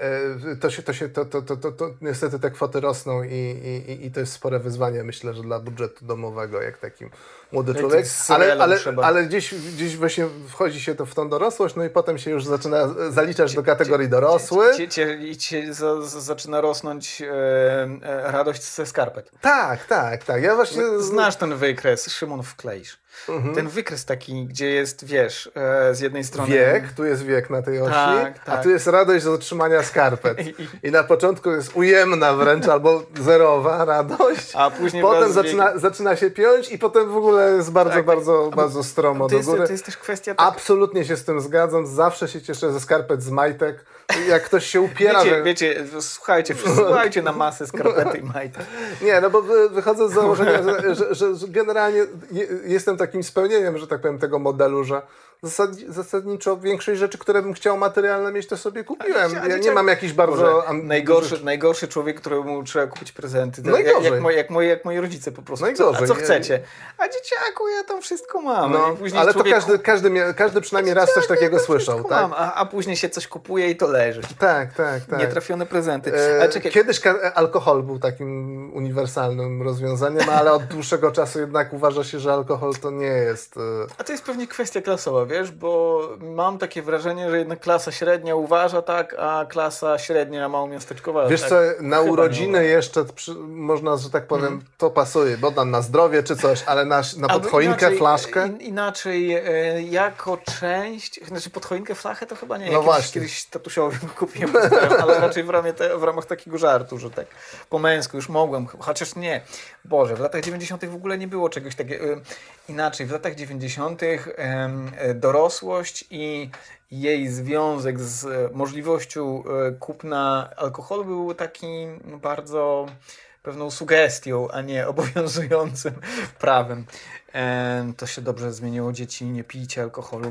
e, to się, to się, to, to, to, to, to niestety te kwoty rosną i, i, i to jest spore wyzwanie, myślę, że dla budżetu domowego, jak taki młody Jak człowiek, z ale, serialem ale, trzeba. ale gdzieś, gdzieś właśnie wchodzi się to w tą dorosłość, no i potem się już zaczyna zaliczać do kategorii dorosły. I ci, ci za, za, zaczyna rosnąć e, e, radość ze skarpet. Tak, tak, tak. Ja właśnie... Znasz ten wykres, Szymon Wklejsz. Mhm. Ten wykres taki, gdzie jest, wiesz, e, z jednej strony... Wiek, tu jest wiek na tej osi, tak, a tak. tu jest radość z otrzymania skarpet. I na początku jest ujemna wręcz, albo zerowa radość. A później potem zaczyna, zaczyna się piąć i potem w ogóle jest bardzo, tak, bardzo, tak. bardzo stromo do jest, góry. To jest też kwestia... Tak... Absolutnie się z tym zgadzam. Zawsze się cieszę ze skarpet z majtek. Jak ktoś się upiera... Wiecie, że... wiecie słuchajcie, słuchajcie na masę skarpety i majtek. Nie, no bo wychodzę z założenia, że, że, że, że generalnie je, jestem takim spełnieniem, że tak powiem, tego modelu, że zasadni, zasadniczo większość rzeczy, które bym chciał materialne mieć, to sobie kupiłem. A, a, a, ja nie mam jakiś bardzo... Boże, najgorszy, najgorszy człowiek, któremu trzeba kupić prezenty. Najgorzej. Jak, jak, moi, jak, moi, jak moi rodzice po prostu. Najgorzej. Co, a co chcecie? A dzieciaku, ja tam wszystko mam. No, ale to każdy, każdy, mia, każdy przynajmniej raz coś takiego słyszał. Tak? Mam, a, a później się coś kupuje i to leży. Tak, tak, tak. Nietrafione prezenty. E, czekaj. Kiedyś ka- alkohol był takim uniwersalnym rozwiązaniem, ale od dłuższego czasu jednak uważa się, że alkohol to nie jest... E... A to jest pewnie kwestia klasowa, wiesz, bo mam takie wrażenie, że jednak klasa średnia uważa tak, a klasa średnia małomiasteczkowa... Wiesz tak, co, na urodziny jeszcze przy, można, że tak powiem, mm. to pasuje, bo tam na zdrowie czy coś, ale na, na podchoinkę, inaczej, flaszkę? In, inaczej, e, jako część, znaczy podchoinkę, flachę to chyba nie, no kiedyś, właśnie. kiedyś tatusiowi kupiłem, ale raczej w, ramie te, w ramach takiego żartu, że tak po męsku już mogłem, chociaż nie, Boże, w latach dziewięćdziesiątych w ogóle nie było czegoś takiego, e, inaczej, w latach dziewięćdziesiątych e, dorosłość i jej związek z możliwością kupna alkoholu był taki bardzo pewną sugestią, a nie obowiązującym prawem. To się dobrze zmieniło. Dzieci, nie pijcie alkoholu,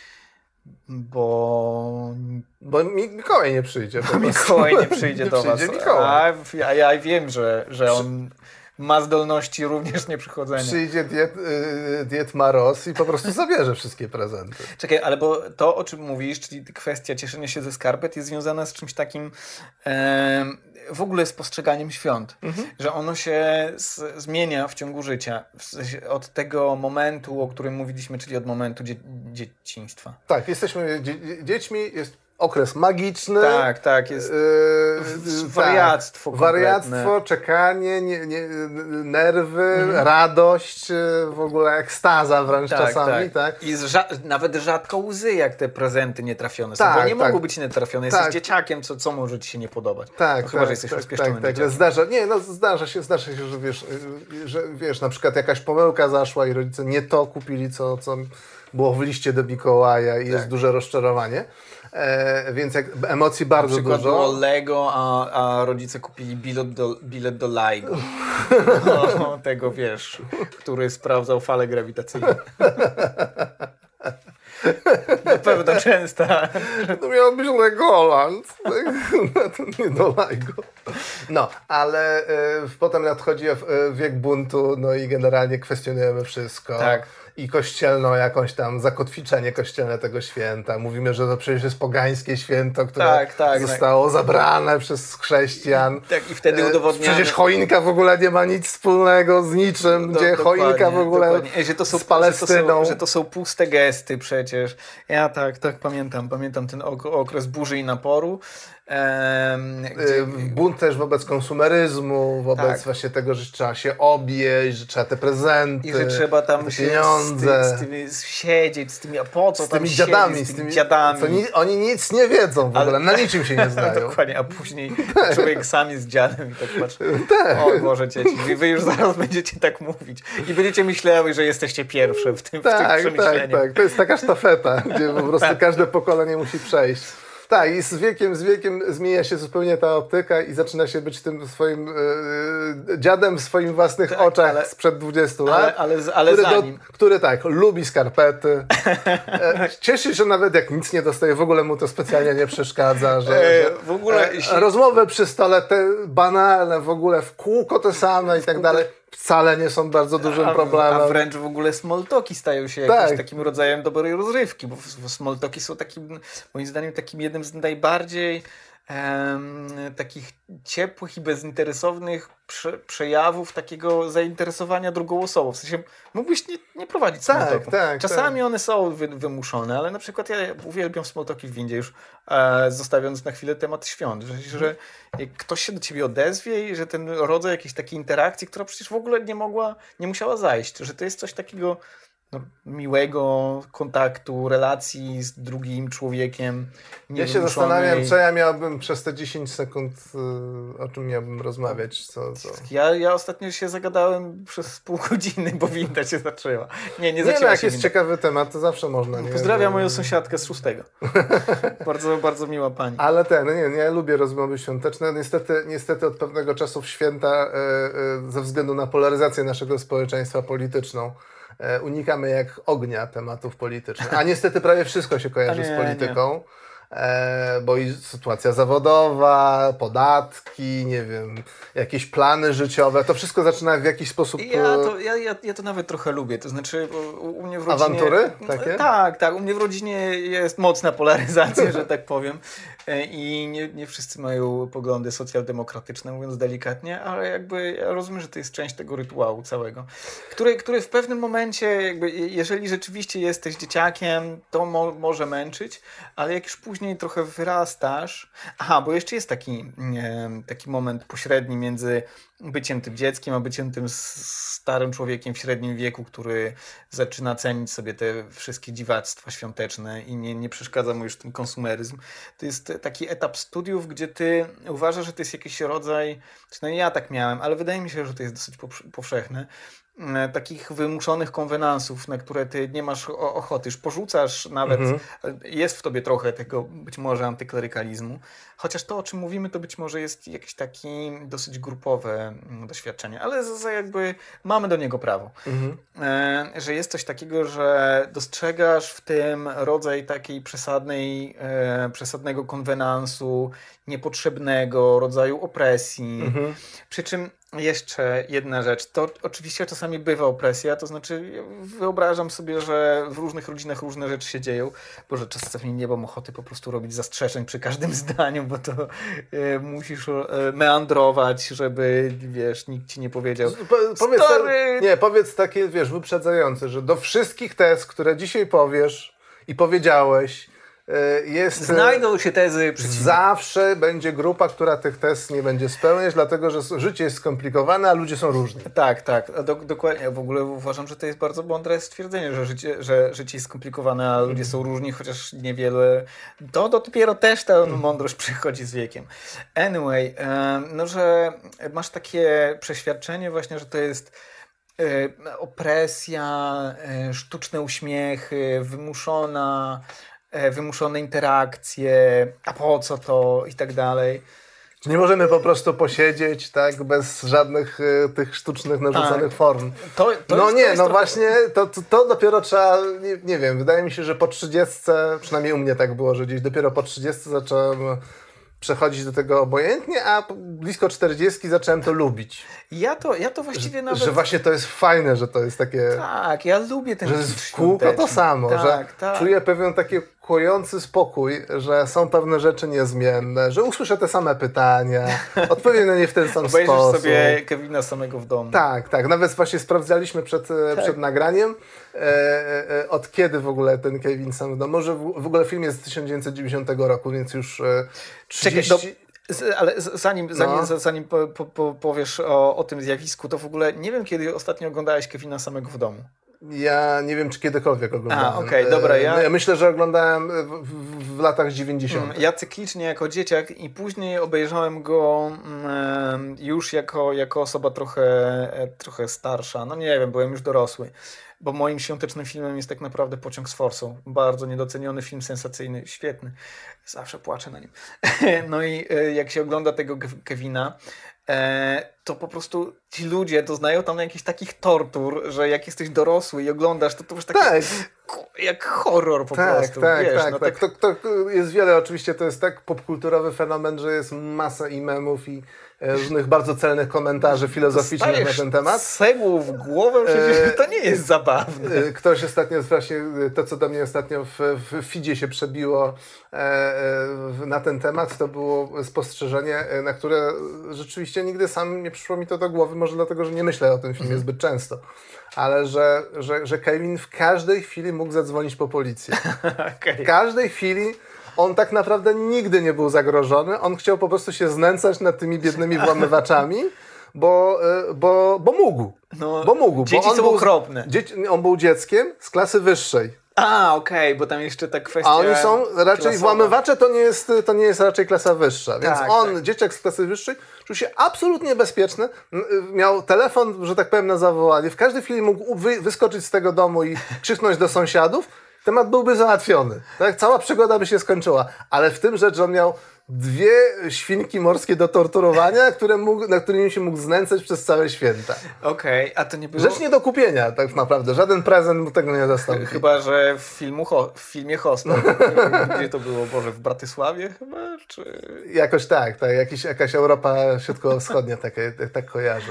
bo... Bo Mikołaj nie przyjdzie. Bo Mikołaj nie przyjdzie nie do przyjdzie was. Mikołaj. A ja wiem, że, że on... ma zdolności również nieprzychodzenia. Przyjdzie diet, y, diet Maros i po prostu zabierze wszystkie prezenty. Czekaj, ale bo to, o czym mówisz, czyli kwestia cieszenia się ze skarpet, jest związana z czymś takim e, w ogóle z postrzeganiem świąt. Mhm. Że ono się z, zmienia w ciągu życia. W sensie od tego momentu, o którym mówiliśmy, czyli od momentu dzie, dzieciństwa. Tak, jesteśmy dzie, dziećmi, jest okres magiczny. Tak, tak, jest yy, wariactwo tak, wariactwo, czekanie, nie, nie, nerwy, mhm. radość, w ogóle ekstaza wręcz tak, czasami. Tak. Tak. I ża nawet rzadko łzy, jak te prezenty nietrafione są, tak, bo nie tak. mogą być nietrafione. Jesteś tak. dzieciakiem, co, co może ci się nie podobać? Tak, no, chyba, tak, że jesteś tak, rozpieszczonym tak, tak. Zdarza, nie, no, zdarza się, zdarza się, że wiesz, że wiesz, na przykład jakaś pomyłka zaszła i rodzice nie to kupili, co, co było w liście do Mikołaja i tak. jest duże rozczarowanie. E, więc jak, emocji bardzo dużo. Na przykład dużo. było Lego, a, a rodzice kupili bilet do, bilet do LIGO. No, tego wiesz, który sprawdzał fale grawitacyjne. Na pewno częsta. To miał być Legoland. To nie do LIGO. No, ale y, potem nadchodzi y, wiek buntu, no i generalnie kwestionujemy wszystko. Tak. I kościelną jakąś tam zakotwiczenie kościelne tego święta. Mówimy, że to przecież jest pogańskie święto, które tak, tak, zostało tak. zabrane przez chrześcijan. Tak, i wtedy udowodniamy. Przecież choinka w ogóle nie ma nic wspólnego z niczym, Do, gdzie choinka w ogóle że to są, z Palestyną. Że to, są, że to są puste gesty przecież. Ja tak, tak pamiętam. Pamiętam ten okres burzy i naporu. Um, gdzie... Bunt też wobec konsumeryzmu, wobec tak. właśnie tego, że trzeba się objeść, że trzeba te prezenty, i że trzeba tam się pieniądze. Z, ty, z tymi siedzieć, z tymi, a po co z tam tymi siedzieć, dziadami, z tymi dziadami. Co ni, oni nic nie wiedzą w Ale... ogóle, na niczym się nie znają. Dokładnie, a później człowiek sam jest dziadem i tak patrzy, tak. o Boże dzieci, wy, wy już zaraz będziecie tak mówić i będziecie myślały, że jesteście pierwsze w tym, tak, w tym przemyśleniu. Tak, tak, to jest taka sztafeta, gdzie po prostu tak. każde pokolenie musi przejść. Tak, i z wiekiem, z wiekiem zmienia się zupełnie ta optyka i zaczyna się być tym swoim e, dziadem w swoich własnych tak, oczach ale, sprzed dwudziestu lat. Ale, ale, ale który, zanim. Do, który tak, lubi skarpety. E, cieszy się, że nawet jak nic nie dostaje, w ogóle mu to specjalnie nie przeszkadza. Że, e, że, w ogóle e, rozmowy przy stole, te banalne, w ogóle w kółko te same i tak dalej. wcale nie są bardzo dużym a, problemem. A wręcz w ogóle small talki stają się tak. jakimś takim rodzajem dobrej rozrywki, bo small talki są takim, moim zdaniem, takim jednym z najbardziej em, takich ciepłych i bezinteresownych prze, przejawów takiego zainteresowania drugą osobą. W sensie mógłbyś nie, nie prowadzić small tak, talku. tak, Czasami tak. one są wy, wymuszone, ale na przykład ja uwielbiam small talki w windzie już, e, zostawiając na chwilę temat świąt, że, że jak ktoś się do ciebie odezwie i że ten rodzaj jakiejś takiej interakcji, która przecież w ogóle nie mogła, nie musiała zajść, że to jest coś takiego no, miłego kontaktu, relacji z drugim człowiekiem. Ja się zastanawiam, co ja miałbym przez te dziesięć sekund, y, o czym miałbym rozmawiać. Co, co. Ja, ja ostatnio się zagadałem przez pół godziny, bo winda się zaczęła. Nie, nie Nie zaczęła no, jak się jest winda. ciekawy temat, to zawsze można. Nie? Pozdrawiam Bo... moją sąsiadkę z szóstego. bardzo, bardzo miła pani. Ale ten, no nie, nie, ja lubię rozmowy świąteczne. Niestety, niestety od pewnego czasu w święta, y, y, ze względu na polaryzację naszego społeczeństwa polityczną, unikamy jak ognia tematów politycznych. A niestety prawie wszystko się kojarzy nie, z polityką. E, bo i sytuacja zawodowa, podatki, nie wiem, jakieś plany życiowe, to wszystko zaczyna w jakiś sposób... Ja to, ja, ja, ja to nawet trochę lubię, to znaczy u, u mnie w rodzinie... Awantury takie? Tak, tak, u mnie w rodzinie jest mocna polaryzacja, że tak powiem, i nie, nie wszyscy mają poglądy socjaldemokratyczne, mówiąc delikatnie, ale jakby ja rozumiem, że to jest część tego rytuału całego, który, który w pewnym momencie, jakby jeżeli rzeczywiście jesteś dzieciakiem, to mo, może męczyć, ale jak już później Później trochę wyrastasz. Aha, bo jeszcze jest taki, e, taki moment pośredni między byciem tym dzieckiem, a byciem tym starym człowiekiem w średnim wieku, który zaczyna cenić sobie te wszystkie dziwactwa świąteczne i nie, nie przeszkadza mu już ten konsumeryzm. To jest taki etap studiów, gdzie ty uważasz, że to jest jakiś rodzaj, przynajmniej ja tak miałem, ale wydaje mi się, że to jest dosyć powszechne, takich wymuszonych konwenansów, na które ty nie masz ochoty, już porzucasz nawet, mhm. jest w tobie trochę tego być może antyklerykalizmu, chociaż to, o czym mówimy, to być może jest jakieś takie dosyć grupowe doświadczenie, ale za jakby mamy do niego prawo. Mhm. E, że jest coś takiego, że dostrzegasz w tym rodzaj takiej przesadnej, e, przesadnego konwenansu, niepotrzebnego rodzaju opresji, mhm. przy czym jeszcze jedna rzecz, to oczywiście czasami bywa opresja, to znaczy wyobrażam sobie, że w różnych rodzinach różne rzeczy się dzieją, bo że czasami nie mam ochoty po prostu robić zastrzeżeń przy każdym zdaniu, bo to e, musisz e, meandrować, żeby, wiesz, nikt ci nie powiedział. Po, powiedz, ten, nie, powiedz takie, wiesz, wyprzedzające, że do wszystkich tez, które dzisiaj powiesz i powiedziałeś, jest, znajdą się tezy przeciwne. Zawsze będzie grupa, która tych tez nie będzie spełniać, dlatego że życie jest skomplikowane, a ludzie są różni. Tak, tak. Do, dokładnie. Ja w ogóle uważam, że to jest bardzo mądre stwierdzenie, że życie, że życie jest skomplikowane, a ludzie są różni, chociaż niewiele. To, to dopiero też ta mądrość przychodzi z wiekiem. Anyway, no, że masz takie przeświadczenie właśnie, że to jest opresja, sztuczne uśmiechy, wymuszona wymuszone interakcje, a po co to i tak dalej. Czy nie możemy po prostu posiedzieć, tak, bez żadnych y, tych sztucznych narzuconych tak. form? To, to no jest, nie, to jest no trochę... właśnie, to, to, to dopiero trzeba, nie, nie wiem, wydaje mi się, że po trzydziestce, przynajmniej u mnie tak było, że gdzieś dopiero po trzydziestce zacząłem przechodzić do tego obojętnie, a blisko czterdziestki zacząłem to lubić. Ja to, ja to właściwie że, nawet... Że właśnie to jest fajne, że to jest takie... Tak, ja lubię ten że jest w kółko to samo, tak, że tak. czuję pewien taki kłujący spokój, że są pewne rzeczy niezmienne, że usłyszę te same pytania, odpowiem na nie w ten sam Obejrzysz sposób. Obejrzysz sobie Kevina samego w domu. Tak, tak. Nawet właśnie sprawdzaliśmy przed, tak. przed nagraniem, e, e, od kiedy w ogóle ten Kevin sam w domu. Może w, w ogóle film jest z tysiąc dziewięćset dziewięćdziesiątego roku, więc już e, trzydzieści... Czekaj, do... Ale zanim, zanim, no. zanim po, po, po powiesz o, o tym zjawisku, to w ogóle nie wiem, kiedy ostatnio oglądałeś Kevina samego w domu. Ja nie wiem, czy kiedykolwiek oglądałem. A, okej, okay, dobra. Ja... ja myślę, że oglądałem w, w, w latach dziewięćdziesiątych. Ja cyklicznie jako dzieciak i później obejrzałem go już jako, jako osoba trochę, trochę starsza. No nie wiem, byłem już dorosły. Bo moim świątecznym filmem jest tak naprawdę Pociąg z forsą. Bardzo niedoceniony film, sensacyjny, świetny. Zawsze płaczę na nim. No i jak się ogląda tego Kevina, to po prostu ci ludzie doznają tam jakichś takich tortur, że jak jesteś dorosły i oglądasz, to to już takie Tak. jak horror po Tak, prostu. tak, wiesz, tak, no tak. To, to jest wiele, oczywiście to jest tak popkulturowy fenomen, że jest masa i memów i e, różnych bardzo celnych komentarzy filozoficznych na Dostajesz ten temat. cegłą w głowę, przecież E, to nie jest zabawne. E, Ktoś ostatnio, właśnie to co do mnie ostatnio w, w feedzie się przebiło e, e, na ten temat, to było spostrzeżenie, e, na które rzeczywiście nigdy sam nie przyszło mi to do głowy, może dlatego, że nie myślę o tym filmie Mhm. zbyt często. Ale że, że, że Kevin w każdej chwili mógł zadzwonić po policję. Okay. W każdej chwili on tak naprawdę nigdy nie był zagrożony. On chciał po prostu się znęcać nad tymi biednymi włamywaczami, bo, y, bo, bo mógł. No, bo mógł. dzieci bo on są był, okropne. Dzieci, on był dzieckiem z klasy wyższej. A, okej, okay, bo tam jeszcze ta kwestia A oni są raczej, klasowa. włamywacze to nie jest, to nie jest raczej klasa wyższa. Więc Tak, on, tak. dzieciak z klasy wyższej, czuł się absolutnie bezpieczny. Miał telefon, że tak powiem, na zawołanie. W każdej chwili mógł wy, wyskoczyć z tego domu i krzyknąć do sąsiadów. Temat byłby załatwiony. Tak? Cała przygoda by się skończyła. Ale w tym rzecz, że on miał dwie świnki morskie do torturowania, które mógł, na którymi się mógł znęcać przez całe święta. Okej, okay, a to nie było... Rzecz nie do kupienia, tak naprawdę. Żaden prezent mu tego nie zastąpi. Chyba, że w, filmu ho- w filmie Hostel. Gdzie to było? Boże, w Bratysławie chyba? Czy... Jakoś tak, tak. Jakiś, jakaś Europa środkowo-wschodnia takie, tak kojarzę.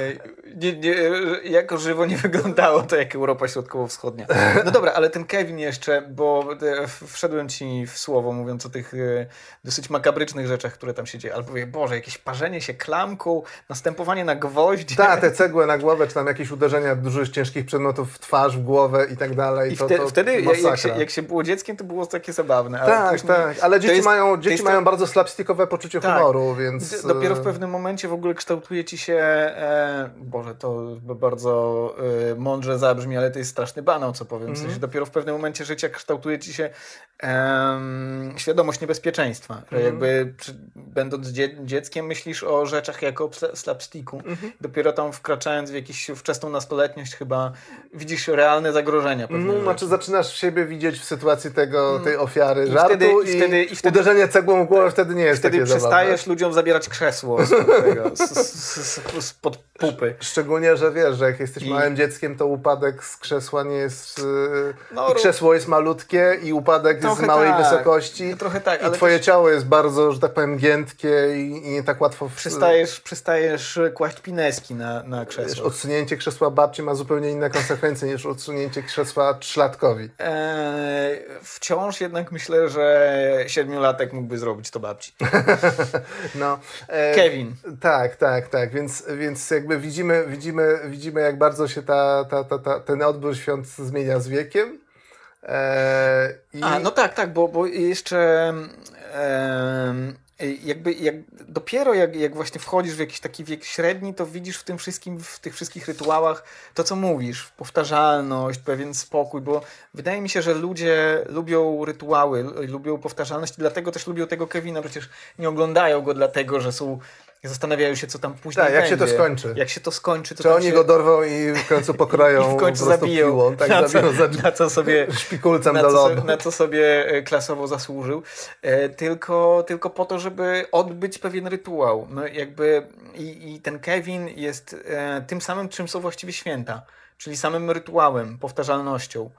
Nie, nie, jako żywo nie wyglądało to jak Europa Środkowo-Wschodnia. No dobra, ale ten Kevin jeszcze, bo wszedłem ci w słowo, mówiąc o tych dosyć makabrycznych rzeczach, które tam się dzieje. Ale mówię, Boże, jakieś parzenie się klamką, następowanie na gwoździe. Tak, te cegły na głowę, czy tam jakieś uderzenia dużych, ciężkich przedmiotów w twarz, w głowę i tak dalej. I to, wte, to wtedy, jak, jak, się, jak się było dzieckiem, to było takie zabawne. Ale tak, później, tak, ale dzieci, jest, mają, dzieci jest mają to... bardzo slapstickowe poczucie tak, humoru, więc... dopiero w pewnym momencie w ogóle kształtuje ci się, e, Boże, to bardzo e, mądrze zabrzmi, ale to jest straszny banał, co powiem. W sensie dopiero w pewnym momencie życia kształtuje ci się e, świadomość niebezpieczeństwa, że jakby przy, będąc dzie dzieckiem myślisz o rzeczach jako o slapsticku. Mhm. Dopiero tam wkraczając w jakąś wczesną nastoletniość chyba widzisz realne zagrożenia. Mm, znaczy zaczynasz siebie widzieć w sytuacji tego, tej ofiary I żartu wtedy, i, i, wtedy, i wtedy, uderzenie cegłą w głowę wtedy nie jest wtedy takie przestajesz zabawne. ludziom zabierać krzesło z, tego, z, z, z, z pod pupy. Szczególnie, że wiesz, że jak jesteś I... małym dzieckiem, to upadek z krzesła nie jest... No, i krzesło jest malutkie i upadek jest z małej tak. wysokości. Trochę tak, i ale twoje też... ciało jest bardzo, że tak powiem, giętkie i, i nie tak łatwo... W... Przestajesz, przestajesz kłaść pineski na, na krzesło. Wiesz, odsunięcie krzesła babci ma zupełnie inne konsekwencje niż odsunięcie krzesła trzylatkowi. Eee, wciąż jednak myślę, że siedmiolatek mógłby zrobić to babci. no, e, Kevin. Tak, tak, tak. Więc, więc jakby widzimy, widzimy, widzimy jak bardzo się ta, ta, ta, ta, ten odbiór świąt zmienia z wiekiem. E, i... A, no tak, tak, bo, bo jeszcze... E, Jakby jak, dopiero jak, jak właśnie wchodzisz w jakiś taki wiek średni, to widzisz w tym wszystkim, w tych wszystkich rytuałach to, co mówisz, powtarzalność, pewien spokój, bo wydaje mi się, że ludzie lubią rytuały, lubią powtarzalność, dlatego też lubią tego Kevina, przecież nie oglądają go dlatego, że są zastanawiają się, co tam później tak, jak będzie. się to skończy. Jak się to skończy. To Czy oni się... go dorwą i w końcu pokroją i w końcu po prostu zabiją. piłą. Tak, na, zabiją co, za... na co sobie szpikulcem na do co lodu. sobie, na co sobie klasowo zasłużył. E, tylko, tylko po to, żeby odbyć pewien rytuał. No jakby i, i ten Kevin jest e, tym samym, czym są właściwie święta. Czyli samym rytuałem, powtarzalnością.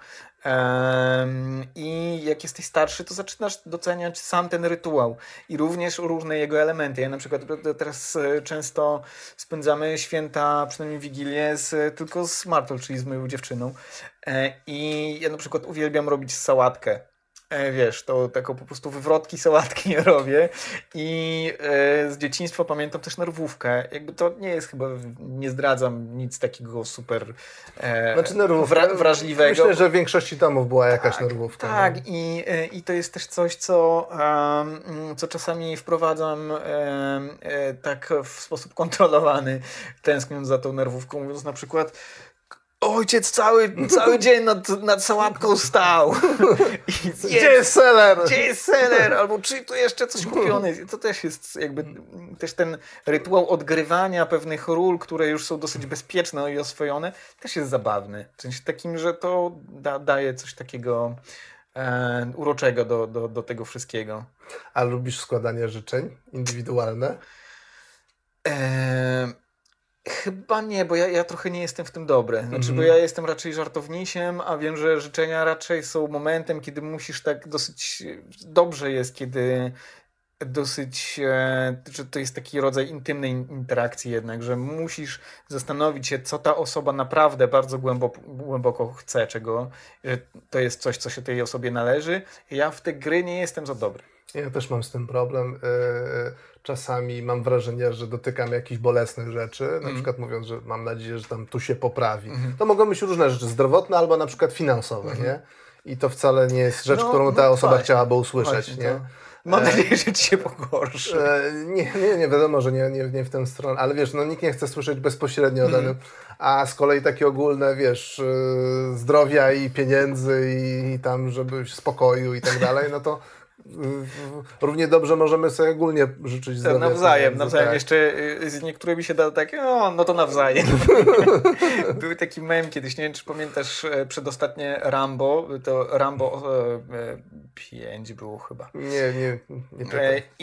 Um, I jak jesteś starszy, to zaczynasz doceniać sam ten rytuał i również różne jego elementy. Ja na przykład teraz często spędzamy święta, przynajmniej Wigilię, z, tylko z Martą, czyli z moją dziewczyną. E, I ja na przykład uwielbiam robić sałatkę. E, wiesz, to taką po prostu wywrotki, sałatki ja robię i e, z dzieciństwa pamiętam też nerwówkę. Jakby to nie jest chyba, nie zdradzam nic takiego super e, znaczy nerwówka, wra, wrażliwego. Myślę, że w większości domów była jakaś tak, nerwówka. Tak, no. i, i to jest też coś, co, um, co czasami wprowadzam um, e, tak w sposób kontrolowany, tęskniąc za tą nerwówką, mówiąc na przykład ojciec cały, cały dzień nad, nad sałatką stał. I gdzie jest seler? Gdzie jest seler? Albo czy tu jeszcze coś kupione? To też jest jakby też ten rytuał odgrywania pewnych ról, które już są dosyć bezpieczne i oswojone, też jest zabawny. W sensie takim, że to da, daje coś takiego e, uroczego do, do, do tego wszystkiego. A lubisz składanie życzeń indywidualne? E, Chyba nie, bo ja, ja trochę nie jestem w tym dobry. Znaczy, mm-hmm. bo ja jestem raczej żartownisiem, a wiem, że życzenia raczej są momentem, kiedy musisz tak dosyć... Dobrze jest, kiedy dosyć... E, że to jest taki rodzaj intymnej interakcji jednak, że musisz zastanowić się, co ta osoba naprawdę bardzo głęboko, głęboko chce, czego... Że to jest coś, co się tej osobie należy. Ja w te gry nie jestem za dobry. Ja też mam z tym problem. Czasami mam wrażenie, że dotykam jakichś bolesnych rzeczy, na mm. przykład mówiąc, że mam nadzieję, że tam tu się poprawi. Mm. To mogą być różne rzeczy, zdrowotne albo na przykład finansowe, mm. nie? I to wcale nie jest rzecz, no, którą ta no osoba właśnie, chciałaby usłyszeć, właśnie, nie? To... Mam nadzieję, że ci się pogorszy. E, nie, nie, nie wiadomo, że nie, nie, nie w tę stronę, ale wiesz, no nikt nie chce słyszeć bezpośrednio o danym, a z kolei takie ogólne, wiesz, zdrowia i pieniędzy i, i tam, żeby spokoju i tak dalej, no to równie dobrze możemy sobie ogólnie życzyć zdrowia. Nawzajem, nawzajem. Tak. Jeszcze z niektórymi się da tak, no, no to nawzajem. Był taki mem kiedyś, nie wiem, czy pamiętasz przedostatnie Rambo, to Rambo pięć było chyba. Nie, nie, nie czekam.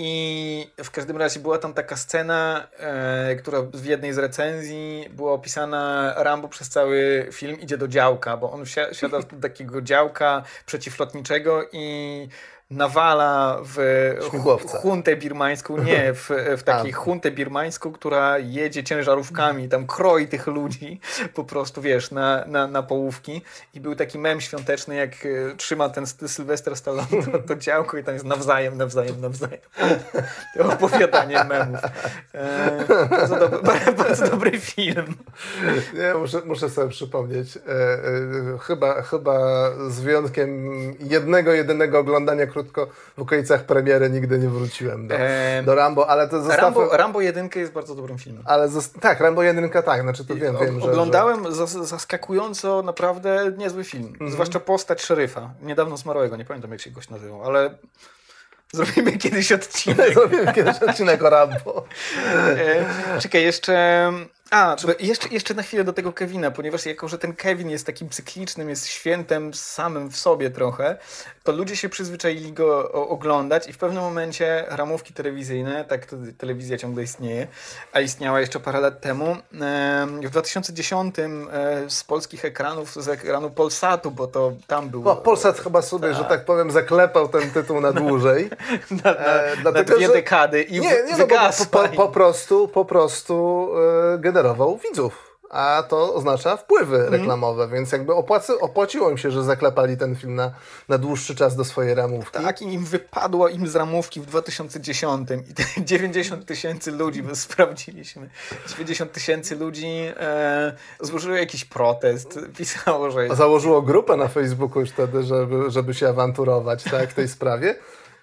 I w każdym razie była tam taka scena, która w jednej z recenzji była opisana, Rambo przez cały film idzie do działka, bo on wsi- wsiada do takiego działka przeciwlotniczego i nawala w Śmigłowca. huntę birmańską, nie, w, w takiej huntę birmańską, która jedzie ciężarówkami, tam kroi tych ludzi po prostu, wiesz, na, na, na połówki. I był taki mem świąteczny, jak trzyma ten Sylwester Stallone to, to działko i tam jest nawzajem, nawzajem, nawzajem. To opowiadanie memów. E, bardzo, dobry, bardzo dobry film. Nie, muszę, muszę sobie przypomnieć. E, e, chyba, chyba z wyjątkiem jednego, jedynego oglądania krótko w okolicach premiery nigdy nie wróciłem do, eee, do Rambo, ale to zostawmy... Rambo, Rambo jeden jest bardzo dobrym filmem. Ale zost... Tak, Rambo jeden tak, znaczy to wiem, o, wiem, że... Oglądałem że... zaskakująco naprawdę niezły film, mm-hmm. zwłaszcza postać szeryfa, niedawno zmarłego, nie pamiętam jak się goś nazywał, ale zrobimy kiedyś odcinek. Zrobimy kiedyś odcinek o Rambo. eee, czekaj, jeszcze... A, jeszcze, jeszcze na chwilę do tego Kevina, ponieważ jako, że ten Kevin jest takim cyklicznym, jest świętem samym w sobie trochę, to ludzie się przyzwyczaili go oglądać i w pewnym momencie ramówki telewizyjne, tak to telewizja ciągle istnieje, a istniała jeszcze parę lat temu, w dwa tysiące dziesiątym z polskich ekranów, z ekranu Polsatu, bo to tam był... O, Polsat chyba sobie, ta... że tak powiem, zaklepał ten tytuł na dłużej. na, na, e, dlatego, na dwie że... dekady i nie, nie, wygasł. No, po, po, po prostu, po prostu e, generował widzów. A to oznacza wpływy mm. reklamowe, więc jakby opłacy, opłaciło im się, że zaklepali ten film na, na dłuższy czas do swojej ramówki. Tak, i im wypadło im z ramówki w dwa tysiące dziesiątym i te dziewięćdziesiąt tysięcy ludzi, bo sprawdziliśmy, dziewięćdziesiąt tysięcy ludzi e, złożyło jakiś protest, pisało, że... Założyło grupę na Facebooku już wtedy, żeby, żeby się awanturować tak, w tej sprawie.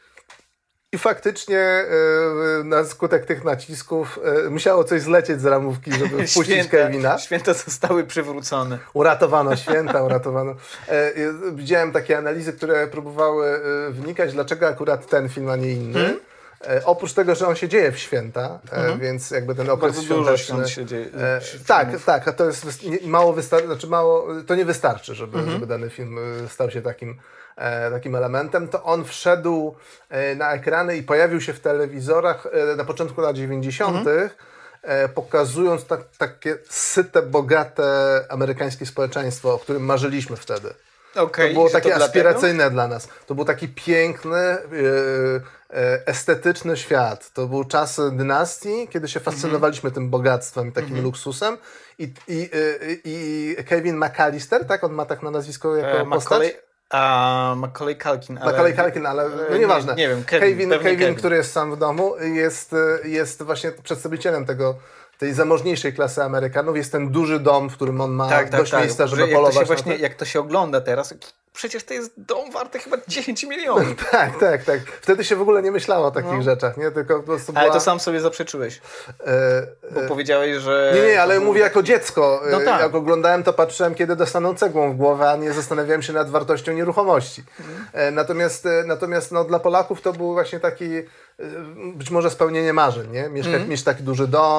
I faktycznie yy, na skutek tych nacisków yy, musiało coś zlecieć z ramówki, żeby wpuścić święta, Kevina. Święta zostały przywrócone. Uratowano święta, uratowano. Yy, widziałem takie analizy, które próbowały yy, wnikać, dlaczego akurat ten film, a nie inny. Hmm? E, oprócz tego, że on się dzieje w święta, mhm. e, więc jakby ten okres bardzo świąteczny... Świąt się dzieje. E, tak, tak, a to jest wy- nie, mało wystarczy, znaczy mało, to nie wystarczy, żeby, mhm. żeby dany film stał się takim, e, takim elementem. To on wszedł e, na ekrany i pojawił się w telewizorach e, na początku lat dziewięćdziesiątych. Mhm. E, pokazując tak, takie syte, bogate amerykańskie społeczeństwo, o którym marzyliśmy wtedy. Okay, to było takie to aspiracyjne dlatego? dla nas. To był taki piękny, yy, yy, estetyczny świat. To były czasy dynastii, kiedy się fascynowaliśmy mm-hmm. tym bogactwem i takim mm-hmm. luksusem. I, i, yy, i Kevin McAllister, tak? On ma tak na nazwisko jako e, postać? Macaulay, a Macaulay Culkin. Ale... Macaulay Culkin, ale no nieważne. Nie, nie wiem, Kevin, Kevin, Kevin, Kevin, który jest sam w domu, jest, jest właśnie przedstawicielem tego tej zamożniejszej klasy Amerykanów. Jest ten duży dom, w którym on ma tak, dość tak, miejsca, tak. żeby jak polować. To się właśnie, jak to się ogląda teraz, przecież to jest dom warty chyba dziesięć milionów. tak, tak, tak. Wtedy się w ogóle nie myślało o takich no. rzeczach, nie? Tylko po prostu była... Ale to sam sobie zaprzeczyłeś. E, Bo e... powiedziałeś, że... Nie, nie, ale mówię jako dziecko. No tak. Jak oglądałem, to patrzyłem, kiedy dostaną cegłą w głowę, a nie zastanawiałem się nad wartością nieruchomości. Mhm. E, natomiast natomiast no, dla Polaków to był właśnie taki być może spełnienie marzeń, nie? Mieszkać, mm. mieć taki duży dom,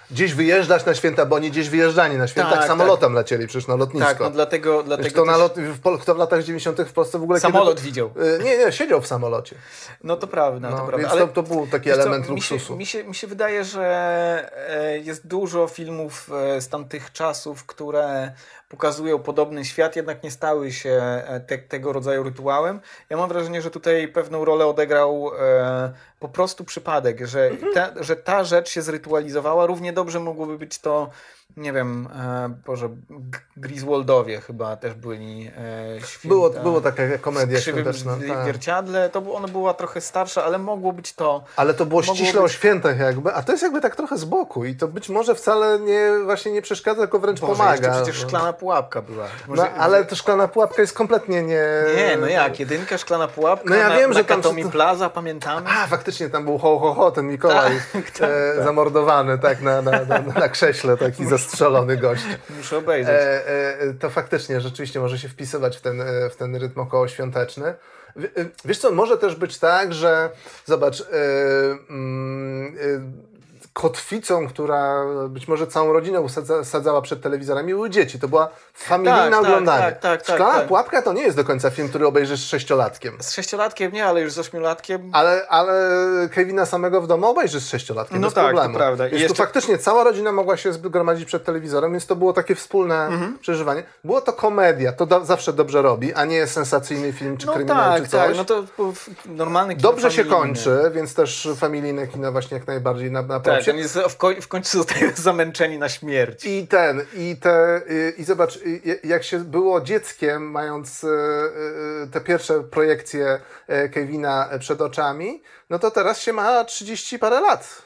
gdzieś wyjeżdżać na święta, bo oni gdzieś wyjeżdżali na święta, tak, samolotem tak. lecieli przecież na lotnisko. Tak, no dlatego... dlatego kto, też... na lot, w, kto w latach dziewięćdziesiątych w Polsce w ogóle... Samolot kiedy... widział. Nie, nie, siedział w samolocie. No to prawda, no, to prawda. Więc ale to, to był taki element co, luksusu. Mi się, mi, się, mi się wydaje, że jest dużo filmów z tamtych czasów, które pokazują podobny świat, jednak nie stały się te, tego rodzaju rytuałem. Ja mam wrażenie, że tutaj pewną rolę odegrał e, po prostu przypadek, że, mhm. ta, że ta rzecz się zrytualizowała. Równie dobrze mogłoby być to, nie wiem, e, Boże, Griswoldowie chyba też byli e, święta. Było, było taka komedia świąteczna. W tak. wierciadle, to ona była trochę starsza, ale mogło być to. Ale to było ściśle być... o świętach jakby, a to jest jakby tak trochę z boku i to być może wcale nie, właśnie nie przeszkadza, tylko wręcz Boże, pomaga. Przecież szklana pułapka była. Może... No, ale to szklana pułapka jest kompletnie nie... Nie, no jak, jedynka, szklana pułapka, no ja na, wiem, na że tam Katomi Plaza, pamiętamy? A, faktycznie tam był ho, ho, ho, ten Mikołaj tak, tak, e, tak. zamordowany tak na, na, na, na krześle, taki zastrzelony gość. Muszę obejrzeć. E, e, to faktycznie, rzeczywiście może się wpisywać w ten, w ten rytm okołoświąteczny. Wiesz co, może też być tak, że zobacz, e, mm, e, kotwicą, która być może całą rodzinę usadzała przed telewizorami, były dzieci. To była familijne tak, oglądanie. Tak, tak, tak, Szklana tak. pułapka to nie jest do końca film, który obejrzysz z sześciolatkiem. Z sześciolatkiem nie, ale już z ośmiolatkiem. Ale, ale Kevina samego w domu obejrzysz z sześciolatkiem, no bez tak, problemu. To prawda. Więc I jeszcze... tu faktycznie cała rodzina mogła się zgromadzić przed telewizorem, więc to było takie wspólne mhm. przeżywanie. Było to komedia, to do, zawsze dobrze robi, a nie sensacyjny film, czy no kryminał, tak, czy coś. Tak, no to normalny kino dobrze familijny. się kończy, więc też familijne kino właśnie jak najbardziej na, na tak, jest w, koń, w końcu zostają zamęczeni na śmierć. I ten, i te, i, i zobacz, jak się było dzieckiem, mając te pierwsze projekcje Kevina przed oczami, no to teraz się ma trzydzieści parę lat.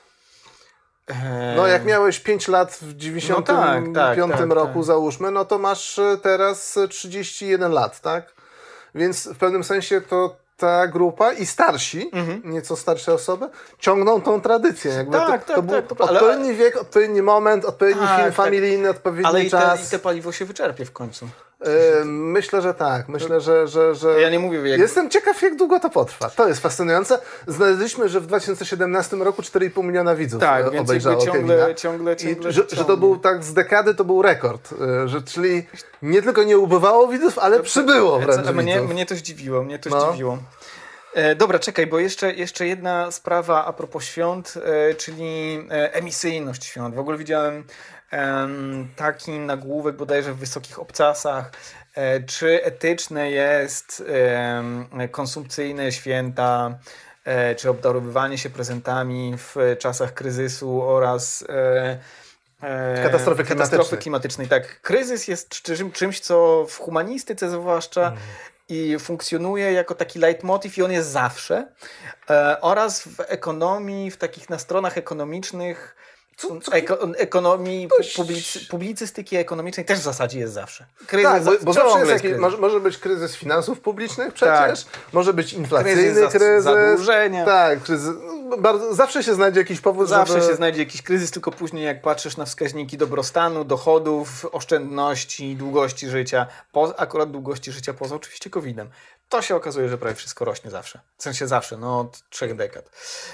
No jak miałeś pięć lat w dziewięćdziesiątym piątym no tak, tak, tak, roku tak. załóżmy, no to masz teraz trzydzieści jeden lat, tak? Więc w pewnym sensie to ta grupa i starsi, mhm. nieco starsze osoby, ciągną tą tradycję. Jakby tak, to, tak, to był tak, to, odpowiedni ale... wiek, odpowiedni moment, odpowiedni tak, film familijny, tak. odpowiedni ale czas. Ale i, i te paliwo się wyczerpie w końcu. Yy, myślę, że tak. Myślę, że, że, że... Ja nie mówię jak... Jestem ciekaw, jak długo to potrwa. To jest fascynujące. Znaleźliśmy, że w dwa tysiące siedemnastym roku cztery i pół miliona widzów tak, obejrzało więc ciągle, Kevina. ciągle, ciągle, I, że, ciągle. że to był tak z dekady, to był rekord. Że, czyli nie tylko nie ubywało widzów, ale to, przybyło wręcz co, mnie, widzów. mnie to zdziwiło, mnie to no. zdziwiło. E, dobra, czekaj, bo jeszcze, jeszcze jedna sprawa a propos świąt, e, czyli e, emisyjność świąt. W ogóle widziałem e, taki nagłówek bodajże w Wysokich Obcasach, e, czy etyczne jest e, konsumpcyjne święta, e, czy obdarowywanie się prezentami w czasach kryzysu oraz e, Katastrofy klimatycznej. Katastrofy klimatycznej. Tak, kryzys jest czym, czymś, co w humanistyce zwłaszcza mm. i funkcjonuje jako taki leitmotiv i on jest zawsze. E, oraz w ekonomii, w takich na stronach ekonomicznych, co, co? Eko, ekonomii, publicy, publicystyki ekonomicznej też w zasadzie jest zawsze. Kryzys tak, bo, bo zawsze jest jakiś, kryzys. może, może być kryzys finansów publicznych przecież, tak. może być inflacyjny kryzys, kryzys zadłużenia. Tak, kryzys, bardzo, zawsze się znajdzie jakiś powód, Zawsze żeby... się znajdzie jakiś kryzys, tylko później jak patrzysz na wskaźniki dobrostanu, dochodów, oszczędności, długości życia, po, akurat długości życia poza oczywiście kowidem, to się okazuje, że prawie wszystko rośnie zawsze. W sensie zawsze, no od trzech dekad.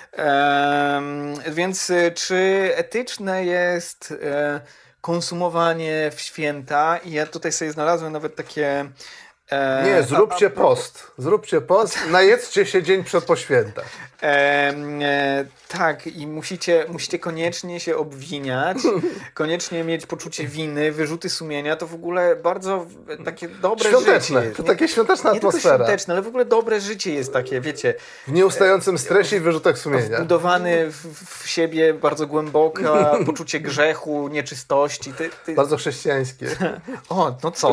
Ehm, więc czy etyczne jest e, konsumowanie w święta? I ja tutaj sobie znalazłem nawet takie... E, Nie, zróbcie a, a, post. Zróbcie post, najedzcie się dzień przed po świętach. E, e, tak, i musicie, musicie koniecznie się obwiniać, koniecznie mieć poczucie winy, wyrzuty sumienia, to w ogóle bardzo takie dobre świąteczne, życie. To takie świąteczna nie atmosfera. Nie tylko świąteczne, ale w ogóle dobre życie jest takie, wiecie. W nieustającym stresie i wyrzutach sumienia. Wbudowany w, w siebie bardzo głęboka poczucie grzechu, nieczystości. Ty, ty... Bardzo chrześcijańskie. O, no co?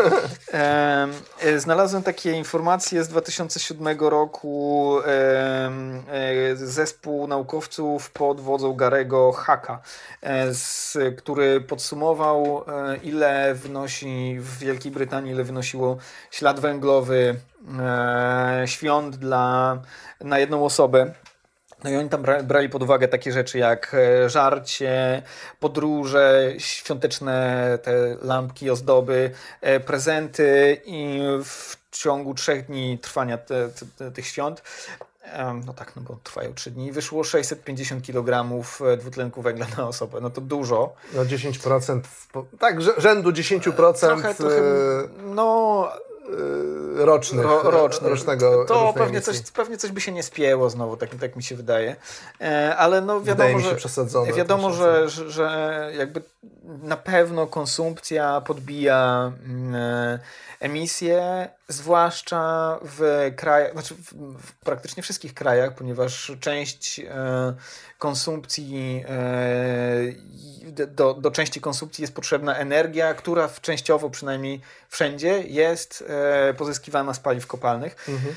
E, znalazłem takie informacje z dwa tysiące siódmego roku. E, zespół naukowców pod wodzą Gary'ego Hacka, z, który podsumował, ile wnosi w Wielkiej Brytanii, ile wynosiło ślad węglowy e, świąt dla, na jedną osobę. No i oni tam brali pod uwagę takie rzeczy jak żarcie, podróże, świąteczne te lampki, ozdoby, prezenty i w ciągu trzech dni trwania te, te, tych świąt No tak, no bo trwają trzy dni. Wyszło sześćset pięćdziesiąt kilogramów dwutlenku węgla na osobę. No to dużo. No dziesięć procent, tak, rzędu dziesięć procent trochę, trochę, no, rocznych, ro, rocznych. rocznego To pewnie coś, pewnie coś by się nie spięło znowu, tak, tak mi się wydaje. Ale no wiadomo, mi się przesadzone, wiadomo że, że, że jakby na pewno konsumpcja podbija emisje, zwłaszcza w krajach, znaczy w, w praktycznie wszystkich krajach, ponieważ część e, konsumpcji, e, do, do części konsumpcji jest potrzebna energia, która w, częściowo przynajmniej wszędzie jest e, pozyskiwana z paliw kopalnych. Mhm.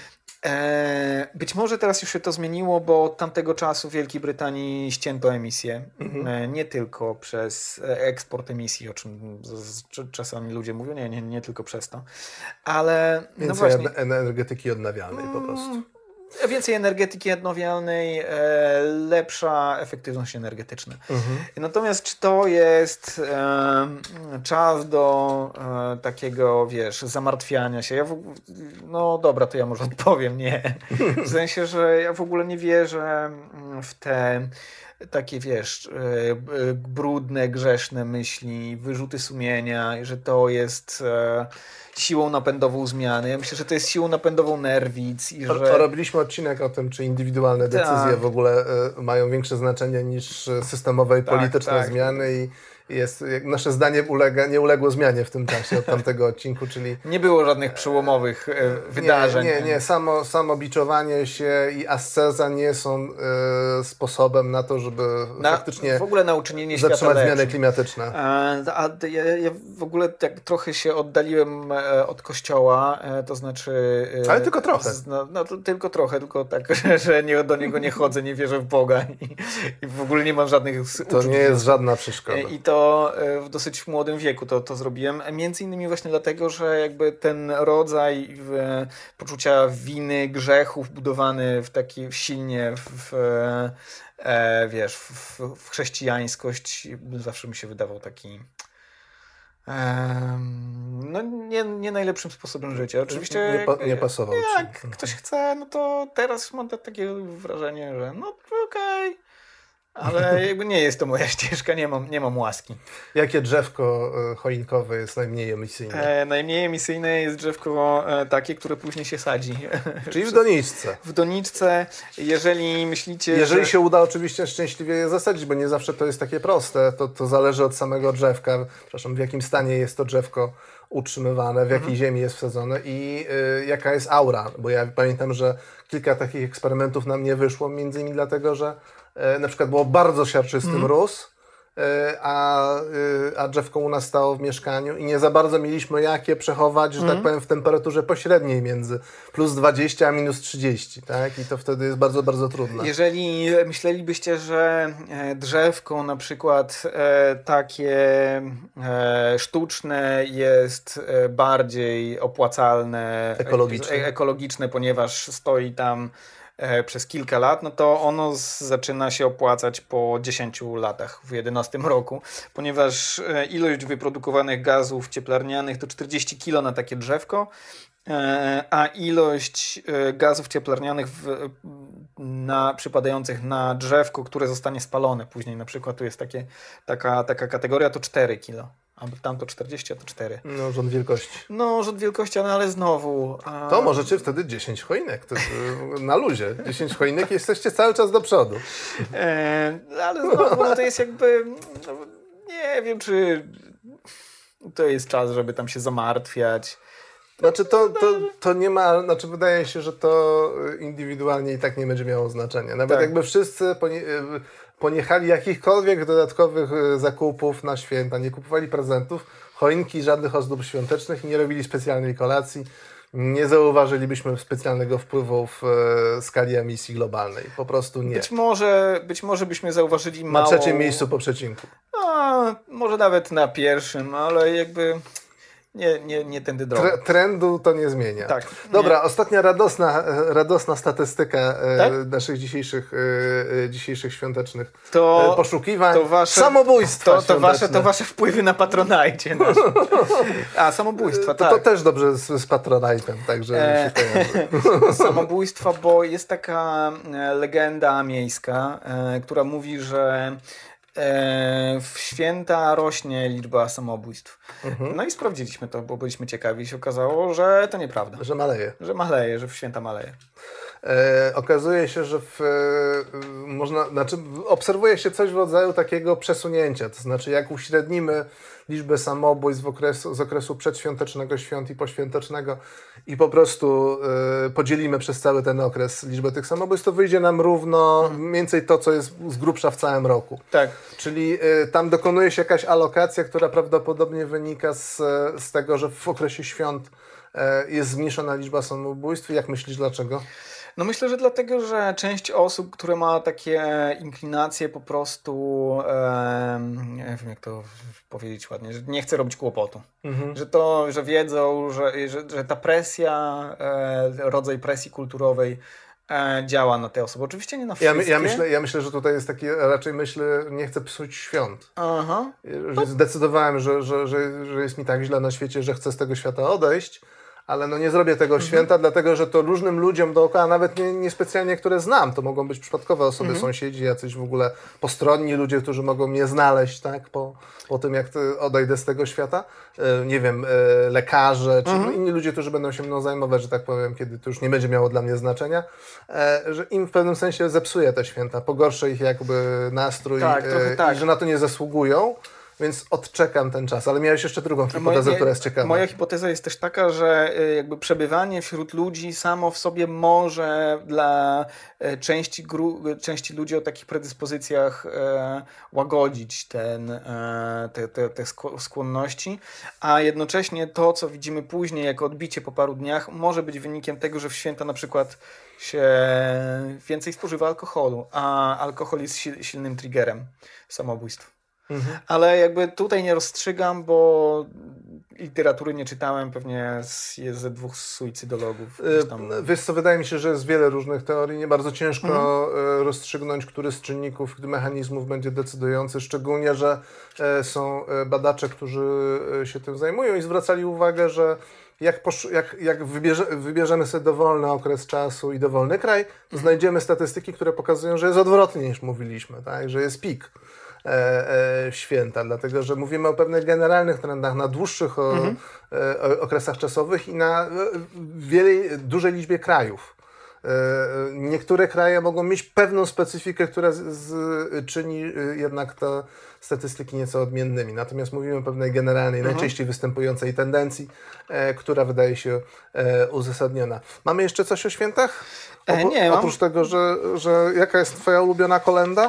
Być może teraz już się to zmieniło, bo od tamtego czasu w Wielkiej Brytanii ścięto emisje. Mhm. Nie tylko przez eksport emisji, o czym czasami ludzie mówią, nie, nie, nie tylko przez to. Ale Więcej no właśnie, energetyki odnawialnej po prostu. Więcej energetyki odnawialnej, lepsza efektywność energetyczna. Mhm. Natomiast czy to jest e, czas do e, takiego, wiesz, zamartwiania się? Ja w, no dobra, to ja może odpowiem, nie. W sensie, że ja w ogóle nie wierzę w te takie, wiesz, brudne, grzeszne myśli, wyrzuty sumienia, że to jest e, siłą napędową zmiany. Ja myślę, że to jest siłą napędową nerwic. I że... Robiliśmy odcinek o tym, czy indywidualne decyzje tak. w ogóle y, mają większe znaczenie niż systemowe i tak, polityczne tak. zmiany i jest, nasze zdanie ulega, nie uległo zmianie w tym czasie od tamtego odcinku, czyli... Nie było żadnych przełomowych e, wydarzeń. Nie, nie, nie. Samo, samo biczowanie się i asceza nie są e, sposobem na to, żeby na, faktycznie w ogóle na uczynienie zatrzymać zmiany klimatyczne. A, a ja, ja w ogóle tak trochę się oddaliłem od Kościoła, to znaczy... Ale tylko trochę. Z, no, no, tylko trochę, tylko tak, że, że nie, do Niego nie chodzę, nie wierzę w Boga i, i w ogóle nie mam żadnych To uczuć, nie jest żadna przeszkoda. I to w dosyć młodym wieku to, to zrobiłem. Między innymi właśnie dlatego, że jakby ten rodzaj poczucia winy, grzechów budowany w taki silnie w, e, wiesz, w, w chrześcijańskość zawsze mi się wydawał taki e, no nie, nie najlepszym sposobem życia. Oczywiście nie, pa, nie pasował jak ci. Ktoś chce, no to teraz mam takie wrażenie, że no okej. Okay. Ale jakby nie jest to moja ścieżka, nie mam, nie mam łaski. Jakie drzewko choinkowe jest najmniej emisyjne? E, najmniej emisyjne jest drzewko e, takie, które później się sadzi. Czyli w doniczce. W doniczce, jeżeli myślicie... Jeżeli że... się uda oczywiście szczęśliwie je zasadzić, bo nie zawsze to jest takie proste, to, to zależy od samego drzewka, przepraszam, w jakim stanie jest to drzewko utrzymywane, w jakiej mhm. ziemi jest wsadzone i y, jaka jest aura. Bo ja pamiętam, że kilka takich eksperymentów nam nie wyszło, między innymi dlatego, że na przykład było bardzo siarczysty mm. mróz, a, a drzewko u nas stało w mieszkaniu i nie za bardzo mieliśmy jak je przechować, że mm. tak powiem, w temperaturze pośredniej między plus dwadzieścia a minus trzydzieści, tak? I to wtedy jest bardzo, bardzo trudne. Jeżeli myślelibyście, że drzewko na przykład takie sztuczne jest bardziej opłacalne, ekologiczne, ekologiczne ponieważ stoi tam przez kilka lat, no to ono z, zaczyna się opłacać po dziesięciu latach, w jedenastym roku, ponieważ ilość wyprodukowanych gazów cieplarnianych to czterdzieści kilo na takie drzewko, a ilość gazów cieplarnianych w, na, przypadających na drzewko, które zostanie spalone później, na przykład tu jest takie, taka, taka kategoria, to cztery kilo. A tam to czterdzieści, a to cztery. No, rząd wielkości. No, rząd wielkości, no ale znowu... A... To możecie wtedy dziesięć choinek. To, na luzie. dziesięć choinek i jesteście cały czas do przodu. E, ale znowu no, to jest jakby... No, nie wiem, czy to jest czas, żeby tam się zamartwiać. Znaczy to, to, to nie ma... Znaczy wydaje się, że to indywidualnie i tak nie będzie miało znaczenia. Nawet tak. jakby wszyscy... Ponie... poniechali jakichkolwiek dodatkowych zakupów na święta, nie kupowali prezentów, choinki, żadnych ozdób świątecznych, nie robili specjalnej kolacji, nie zauważylibyśmy specjalnego wpływu w e, skali emisji globalnej. Po prostu nie. Być może, być może byśmy zauważyli mało... Na trzecim miejscu po przecinku. A, może nawet na pierwszym, ale jakby... nie, nie, nie tędy droga. Tre, trendu to nie zmienia. Tak. Dobra, Nie. ostatnia radosna, radosna statystyka Tak? e, naszych dzisiejszych, e, dzisiejszych świątecznych To- e, poszukiwań. to wasze- Samobójstwa To, to, wasze, świąteczne. to wasze wpływy na Patronite. Nasz. A, samobójstwa, To, tak. to też dobrze z, z Patronite'em, także E, się kojarzy. Samobójstwa, bo jest taka e, legenda miejska, e, która mówi, że e, w święta rośnie liczba samobójstw. Mhm. No i sprawdziliśmy to, bo byliśmy ciekawi i się okazało, że to nieprawda. Że maleje. Że maleje, że w święta maleje. E, okazuje się, że w, e, można, znaczy obserwuje się coś w rodzaju takiego przesunięcia, to znaczy jak uśrednimy liczbę samobójstw w okresu, z okresu przedświątecznego, świąt i poświątecznego i po prostu e, podzielimy przez cały ten okres liczbę tych samobójstw, to wyjdzie nam równo mniej więcej to, co jest z grubsza w całym roku. Tak. Czyli e, tam dokonuje się jakaś alokacja, która prawdopodobnie wynika z, z tego, że w okresie świąt e, jest zmniejszona liczba samobójstw. Jak myślisz, dlaczego? No myślę, że dlatego, że część osób, które ma takie inklinacje po prostu, em, nie wiem jak to powiedzieć ładnie, że nie chce robić kłopotu. Mhm. Że to, że wiedzą, że, że, że ta presja, e, rodzaj presji kulturowej e, działa na te osoby. Oczywiście nie na Ja, wszystkie. my- ja, myślę, ja myślę, że tutaj jest taki, raczej myślę, nie chcę psuć świąt. Aha. Że zdecydowałem, że, że, że, że jest mi tak źle na świecie, że chcę z tego świata odejść, ale no nie zrobię tego Mhm. święta, dlatego że to różnym ludziom dookoła, nawet nie, nie specjalnie, które znam, to mogą być przypadkowe osoby, Mhm. sąsiedzi, jacyś w ogóle postronni ludzie, którzy mogą mnie znaleźć, tak, po, po tym jak ty- odejdę z tego świata. E, nie wiem, e, lekarze, czy Mhm. inni ludzie, którzy będą się mną zajmować, że tak powiem, kiedy to już nie będzie miało dla mnie znaczenia, e, że im w pewnym sensie zepsuje te święta, pogorszy ich jakby nastrój Tak, trochę e, tak. i że na to nie zasługują. Więc odczekam ten czas, ale miałeś jeszcze drugą hipotezę, Moja- która jest ciekawa. Moja hipoteza jest też taka, że y, jakby przebywanie wśród ludzi samo w sobie może dla y, części, gru, części ludzi o takich predyspozycjach e, łagodzić ten, e, te, te, te skło- skłonności, a jednocześnie to, co widzimy później jako odbicie po paru dniach, może być wynikiem tego, że w święta na przykład się więcej spożywa alkoholu, a alkohol jest sil, silnym triggerem samobójstw. Mhm. Ale jakby tutaj nie rozstrzygam, bo literatury nie czytałem, pewnie z- jest ze dwóch suicydologów. gdzieś tam. Y, Wiesz co, wydaje mi się, że jest wiele różnych teorii. Nie bardzo ciężko y, rozstrzygnąć, który z czynników, mechanizmów będzie decydujący, szczególnie, że y, są y, badacze, którzy y, się tym zajmują i zwracali uwagę, że jak, posz- jak, jak wybierze, wybierzemy sobie dowolny okres czasu i dowolny kraj, to znajdziemy statystyki, które pokazują, że jest odwrotnie niż mówiliśmy, tak? Że jest pik. E, e, święta, dlatego że mówimy o pewnych generalnych trendach na dłuższych o, Mhm. e, o, okresach czasowych i na e, wielej, dużej liczbie krajów. E, niektóre kraje mogą mieć pewną specyfikę, która z, z, czyni e, jednak te statystyki nieco odmiennymi. Natomiast mówimy o pewnej generalnej, Mhm. najczęściej występującej tendencji, e, która wydaje się e, uzasadniona. Mamy jeszcze coś o świętach? E, Opo- nie, mam- Oprócz tego, że, że jaka jest twoja ulubiona kolenda?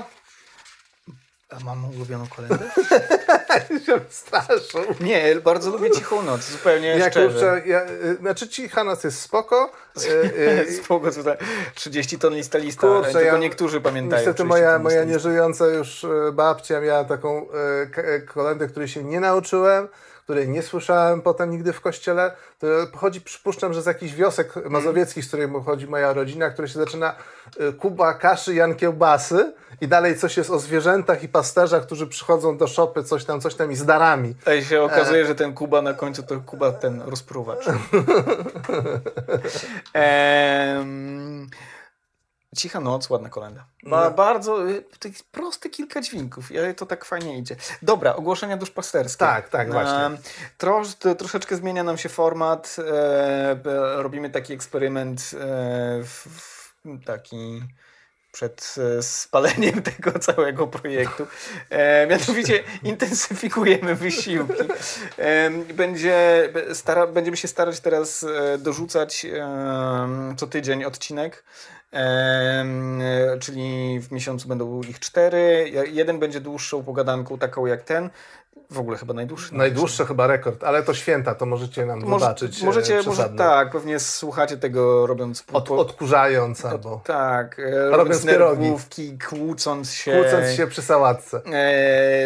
A mam ulubioną kolędę? się straszą. Nie, bardzo lubię Cichą Noc, zupełnie Ja, szczerze. kurczę, ja, y, znaczy Cicha Noc jest spoko. Y, y, Spoko, tutaj trzydzieści ton lista lista, Kurczę, tylko ja- niektórzy pamiętają. Niestety trzydzieści moja, ton moja lista lista. nieżyjąca już y, babcia miała taką y, k- y, kolendę, której się nie nauczyłem, której nie słyszałem potem nigdy w kościele. To pochodzi, przypuszczam, że z jakichś wiosek mazowieckich, z której pochodzi moja rodzina, która się zaczyna y, Kuba kaszy, Jan kiełbasy i dalej coś jest o zwierzętach i pasterzach, którzy przychodzą do szopy, coś tam, coś tam i z darami. Tutaj się okazuje, że ten Kuba na końcu to Kuba ten rozpruwacz. Em, Cicha Noc, ładna kolenda. Ba, No. Bardzo y, to jest proste kilka dźwięków, ale to tak fajnie idzie. Dobra, ogłoszenia duszpasterskie. Tak, tak, właśnie. Em, Trosz, to, troszeczkę zmienia nam się format. E, b- robimy taki eksperyment e, w, w, taki przed e, spaleniem tego całego projektu. E, mianowicie intensyfikujemy wysiłki. E, będzie, be- stara, będziemy się starać teraz e, dorzucać e, co tydzień odcinek. Em, e, czyli w miesiącu będą ich cztery. Ja- Jeden będzie dłuższą pogadanką, taką jak ten. W ogóle chyba najdłuższy. Najdłuższy chyba rekord, ale to święta, to możecie nam Może, zobaczyć. e, możecie, może przesadne. tak, pewnie słuchacie tego robiąc po, Od, odkurzając albo tak, e, robiąc robiąc pierogi. nerwówki, kłócąc się. kłócąc się przy sałatce. E, w,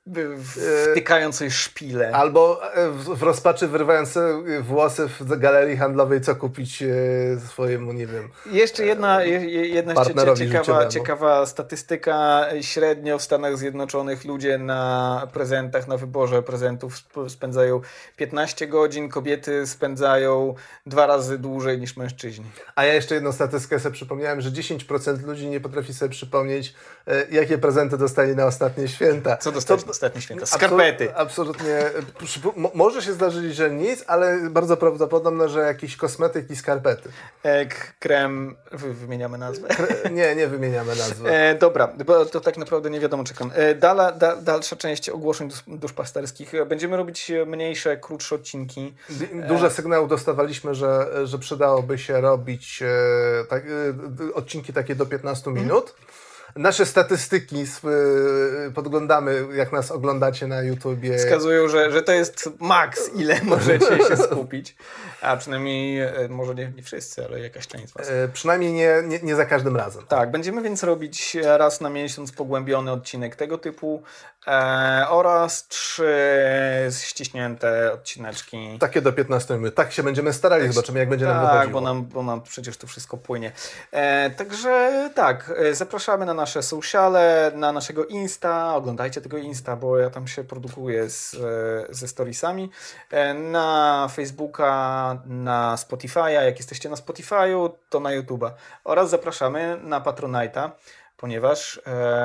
wtykając sobie szpilę. Albo w, w rozpaczy wyrywając sobie włosy w galerii handlowej, co kupić swojemu, nie wiem. Jeszcze jedna, jedna ciekawa, ciekawa statystyka. Średnio w Stanach Zjednoczonych ludzie na prezentach, na wyborze prezentów spędzają piętnaście godzin, kobiety spędzają dwa razy dłużej niż mężczyźni. A ja jeszcze jedną statystykę sobie przypomniałem, że dziesięć procent ludzi nie potrafi sobie przypomnieć, jakie prezenty dostali na ostatnie święta. Co dostali na ostatnie święta? Skarpety. Absolutnie. Może się zdarzyć, że nic, ale bardzo prawdopodobne, że jakiś kosmetyk i skarpety. E, krem, wymieniamy nazwę? Kre, nie, nie wymieniamy nazwy. E, dobra, bo to tak naprawdę nie wiadomo, czekam. E, dala, da, dalsza część ogłoszeń duszpasterskich. Będziemy robić mniejsze, krótsze odcinki. Duże sygnały dostawaliśmy, że, że przydałoby się robić e, tak, e, odcinki takie do piętnastu minut. Nasze statystyki y, podglądamy, jak nas oglądacie na YouTubie. Wskazują, że, że to jest maks, ile możecie się skupić. A przynajmniej, może nie, nie wszyscy, ale jakaś część z was. E, przynajmniej nie, nie, nie za każdym razem. Tak, będziemy więc robić raz na miesiąc pogłębiony odcinek tego typu e, oraz trzy ściśnięte odcineczki. Takie do piętnastu minut. Tak się będziemy starali, tak, zobaczymy jak będzie tak, nam wychodziło. Tak, bo nam, bo nam przecież to wszystko płynie. E, także tak, zapraszamy na nasze sociale, na naszego Insta. Oglądajcie tego Insta, bo ja tam się produkuję z, ze storiesami. E, na Facebooka, na Spotify'a. Jak jesteście na Spotify'u, to na YouTube'a. Oraz zapraszamy na Patronite'a, ponieważ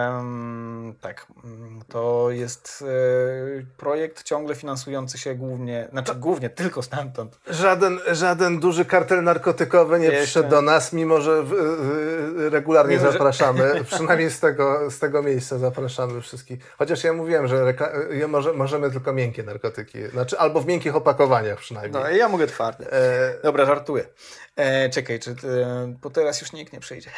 um, tak, to jest e, projekt ciągle finansujący się głównie, znaczy głównie tylko stamtąd. Żaden, żaden duży kartel narkotykowy nie Jeszcze. przyszedł do nas, mimo że w, y, regularnie mimo, zapraszamy. Że... Przynajmniej z tego, z tego miejsca zapraszamy wszystkich. Chociaż ja mówiłem, że rekla- może, możemy tylko miękkie narkotyki. Znaczy, albo w miękkich opakowaniach przynajmniej. No, ja mogę twarde. E... Dobra, żartuję. E, czekaj, czy ty, bo teraz już nikt nie przyjdzie.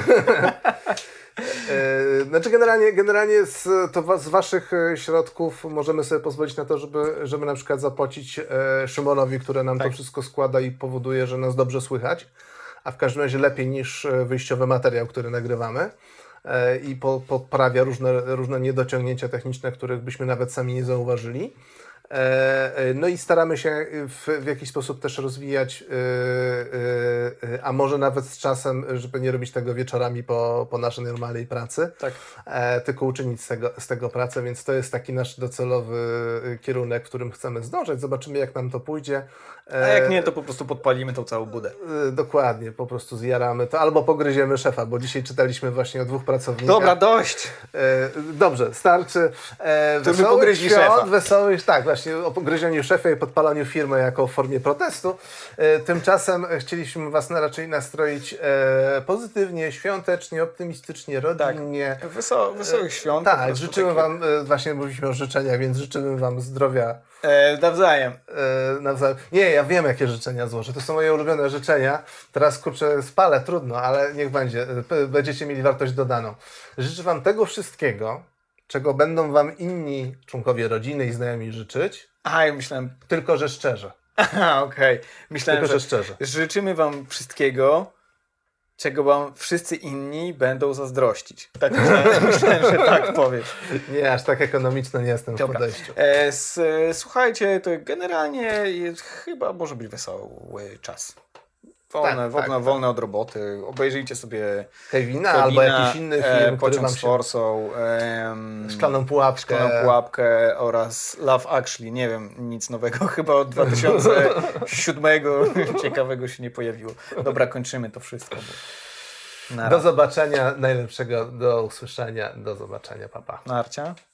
Znaczy generalnie, generalnie z, to z waszych środków możemy sobie pozwolić na to, żeby, żeby na przykład zapłacić e, Szymonowi, który nam tak. to wszystko składa i powoduje, że nas dobrze słychać, a w każdym razie lepiej niż wyjściowy materiał, który nagrywamy e, i po, poprawia różne, różne niedociągnięcia techniczne, których byśmy nawet sami nie zauważyli. No i staramy się w, w jakiś sposób też rozwijać, yy, yy, a może nawet z czasem, żeby nie robić tego wieczorami po, po naszej normalnej pracy, tak. e, tylko uczynić z tego, z tego pracę, więc to jest taki nasz docelowy kierunek, w którym chcemy zdążyć. Zobaczymy, jak nam to pójdzie. E, a jak nie, to po prostu podpalimy tą całą budę. E, dokładnie, po prostu zjaramy to, albo pogryziemy szefa, bo dzisiaj czytaliśmy właśnie o dwóch pracownikach. Dobra, dość! E, dobrze, starczy. E, to by pogryźli szefa. Wesołych, tak, właśnie o pogryzieniu szefa i podpalaniu firmy jako w formie protestu. E, tymczasem chcieliśmy was na, raczej nastroić e, pozytywnie, świątecznie, optymistycznie, rodzinnie. Tak. Weso, wesołych świąt. E, tak, życzymy takie... wam, e, właśnie mówiliśmy o życzeniach, więc życzymy wam zdrowia. E, nawzajem. E, nawzajem. Nie, ja wiem, jakie życzenia złożę. To są moje ulubione życzenia. Teraz, kurczę, spalę, trudno, ale niech będzie. E, będziecie mieli wartość dodaną. Życzę wam tego wszystkiego, czego będą wam inni członkowie rodziny i znajomi życzyć. A, ja myślałem... Tylko, że szczerze. Aha, okej. Okay. Myślałem, Tylko, że, że szczerze. Życzymy wam wszystkiego, czego wam wszyscy inni będą zazdrościć. Tak myślałem, myślałem, że tak powiesz. Nie, aż tak ekonomiczny nie jestem Dobra. w podejściu. E, s, słuchajcie, to generalnie jest, chyba może być wesoły czas. Wolne, tak, wolne, tak, wolne tak. od roboty. Obejrzyjcie sobie Kevina, Kevina albo jakiś inny film, e, Pociąg z Forsą, e, Szklaną pułapkę. Szklaną pułapkę oraz Love Actually. Nie wiem, nic nowego chyba od dwa tysiące siódmego ciekawego się nie pojawiło. Dobra, kończymy to wszystko. Bo... Do zobaczenia, najlepszego, do usłyszenia, do zobaczenia, papa. Narcia.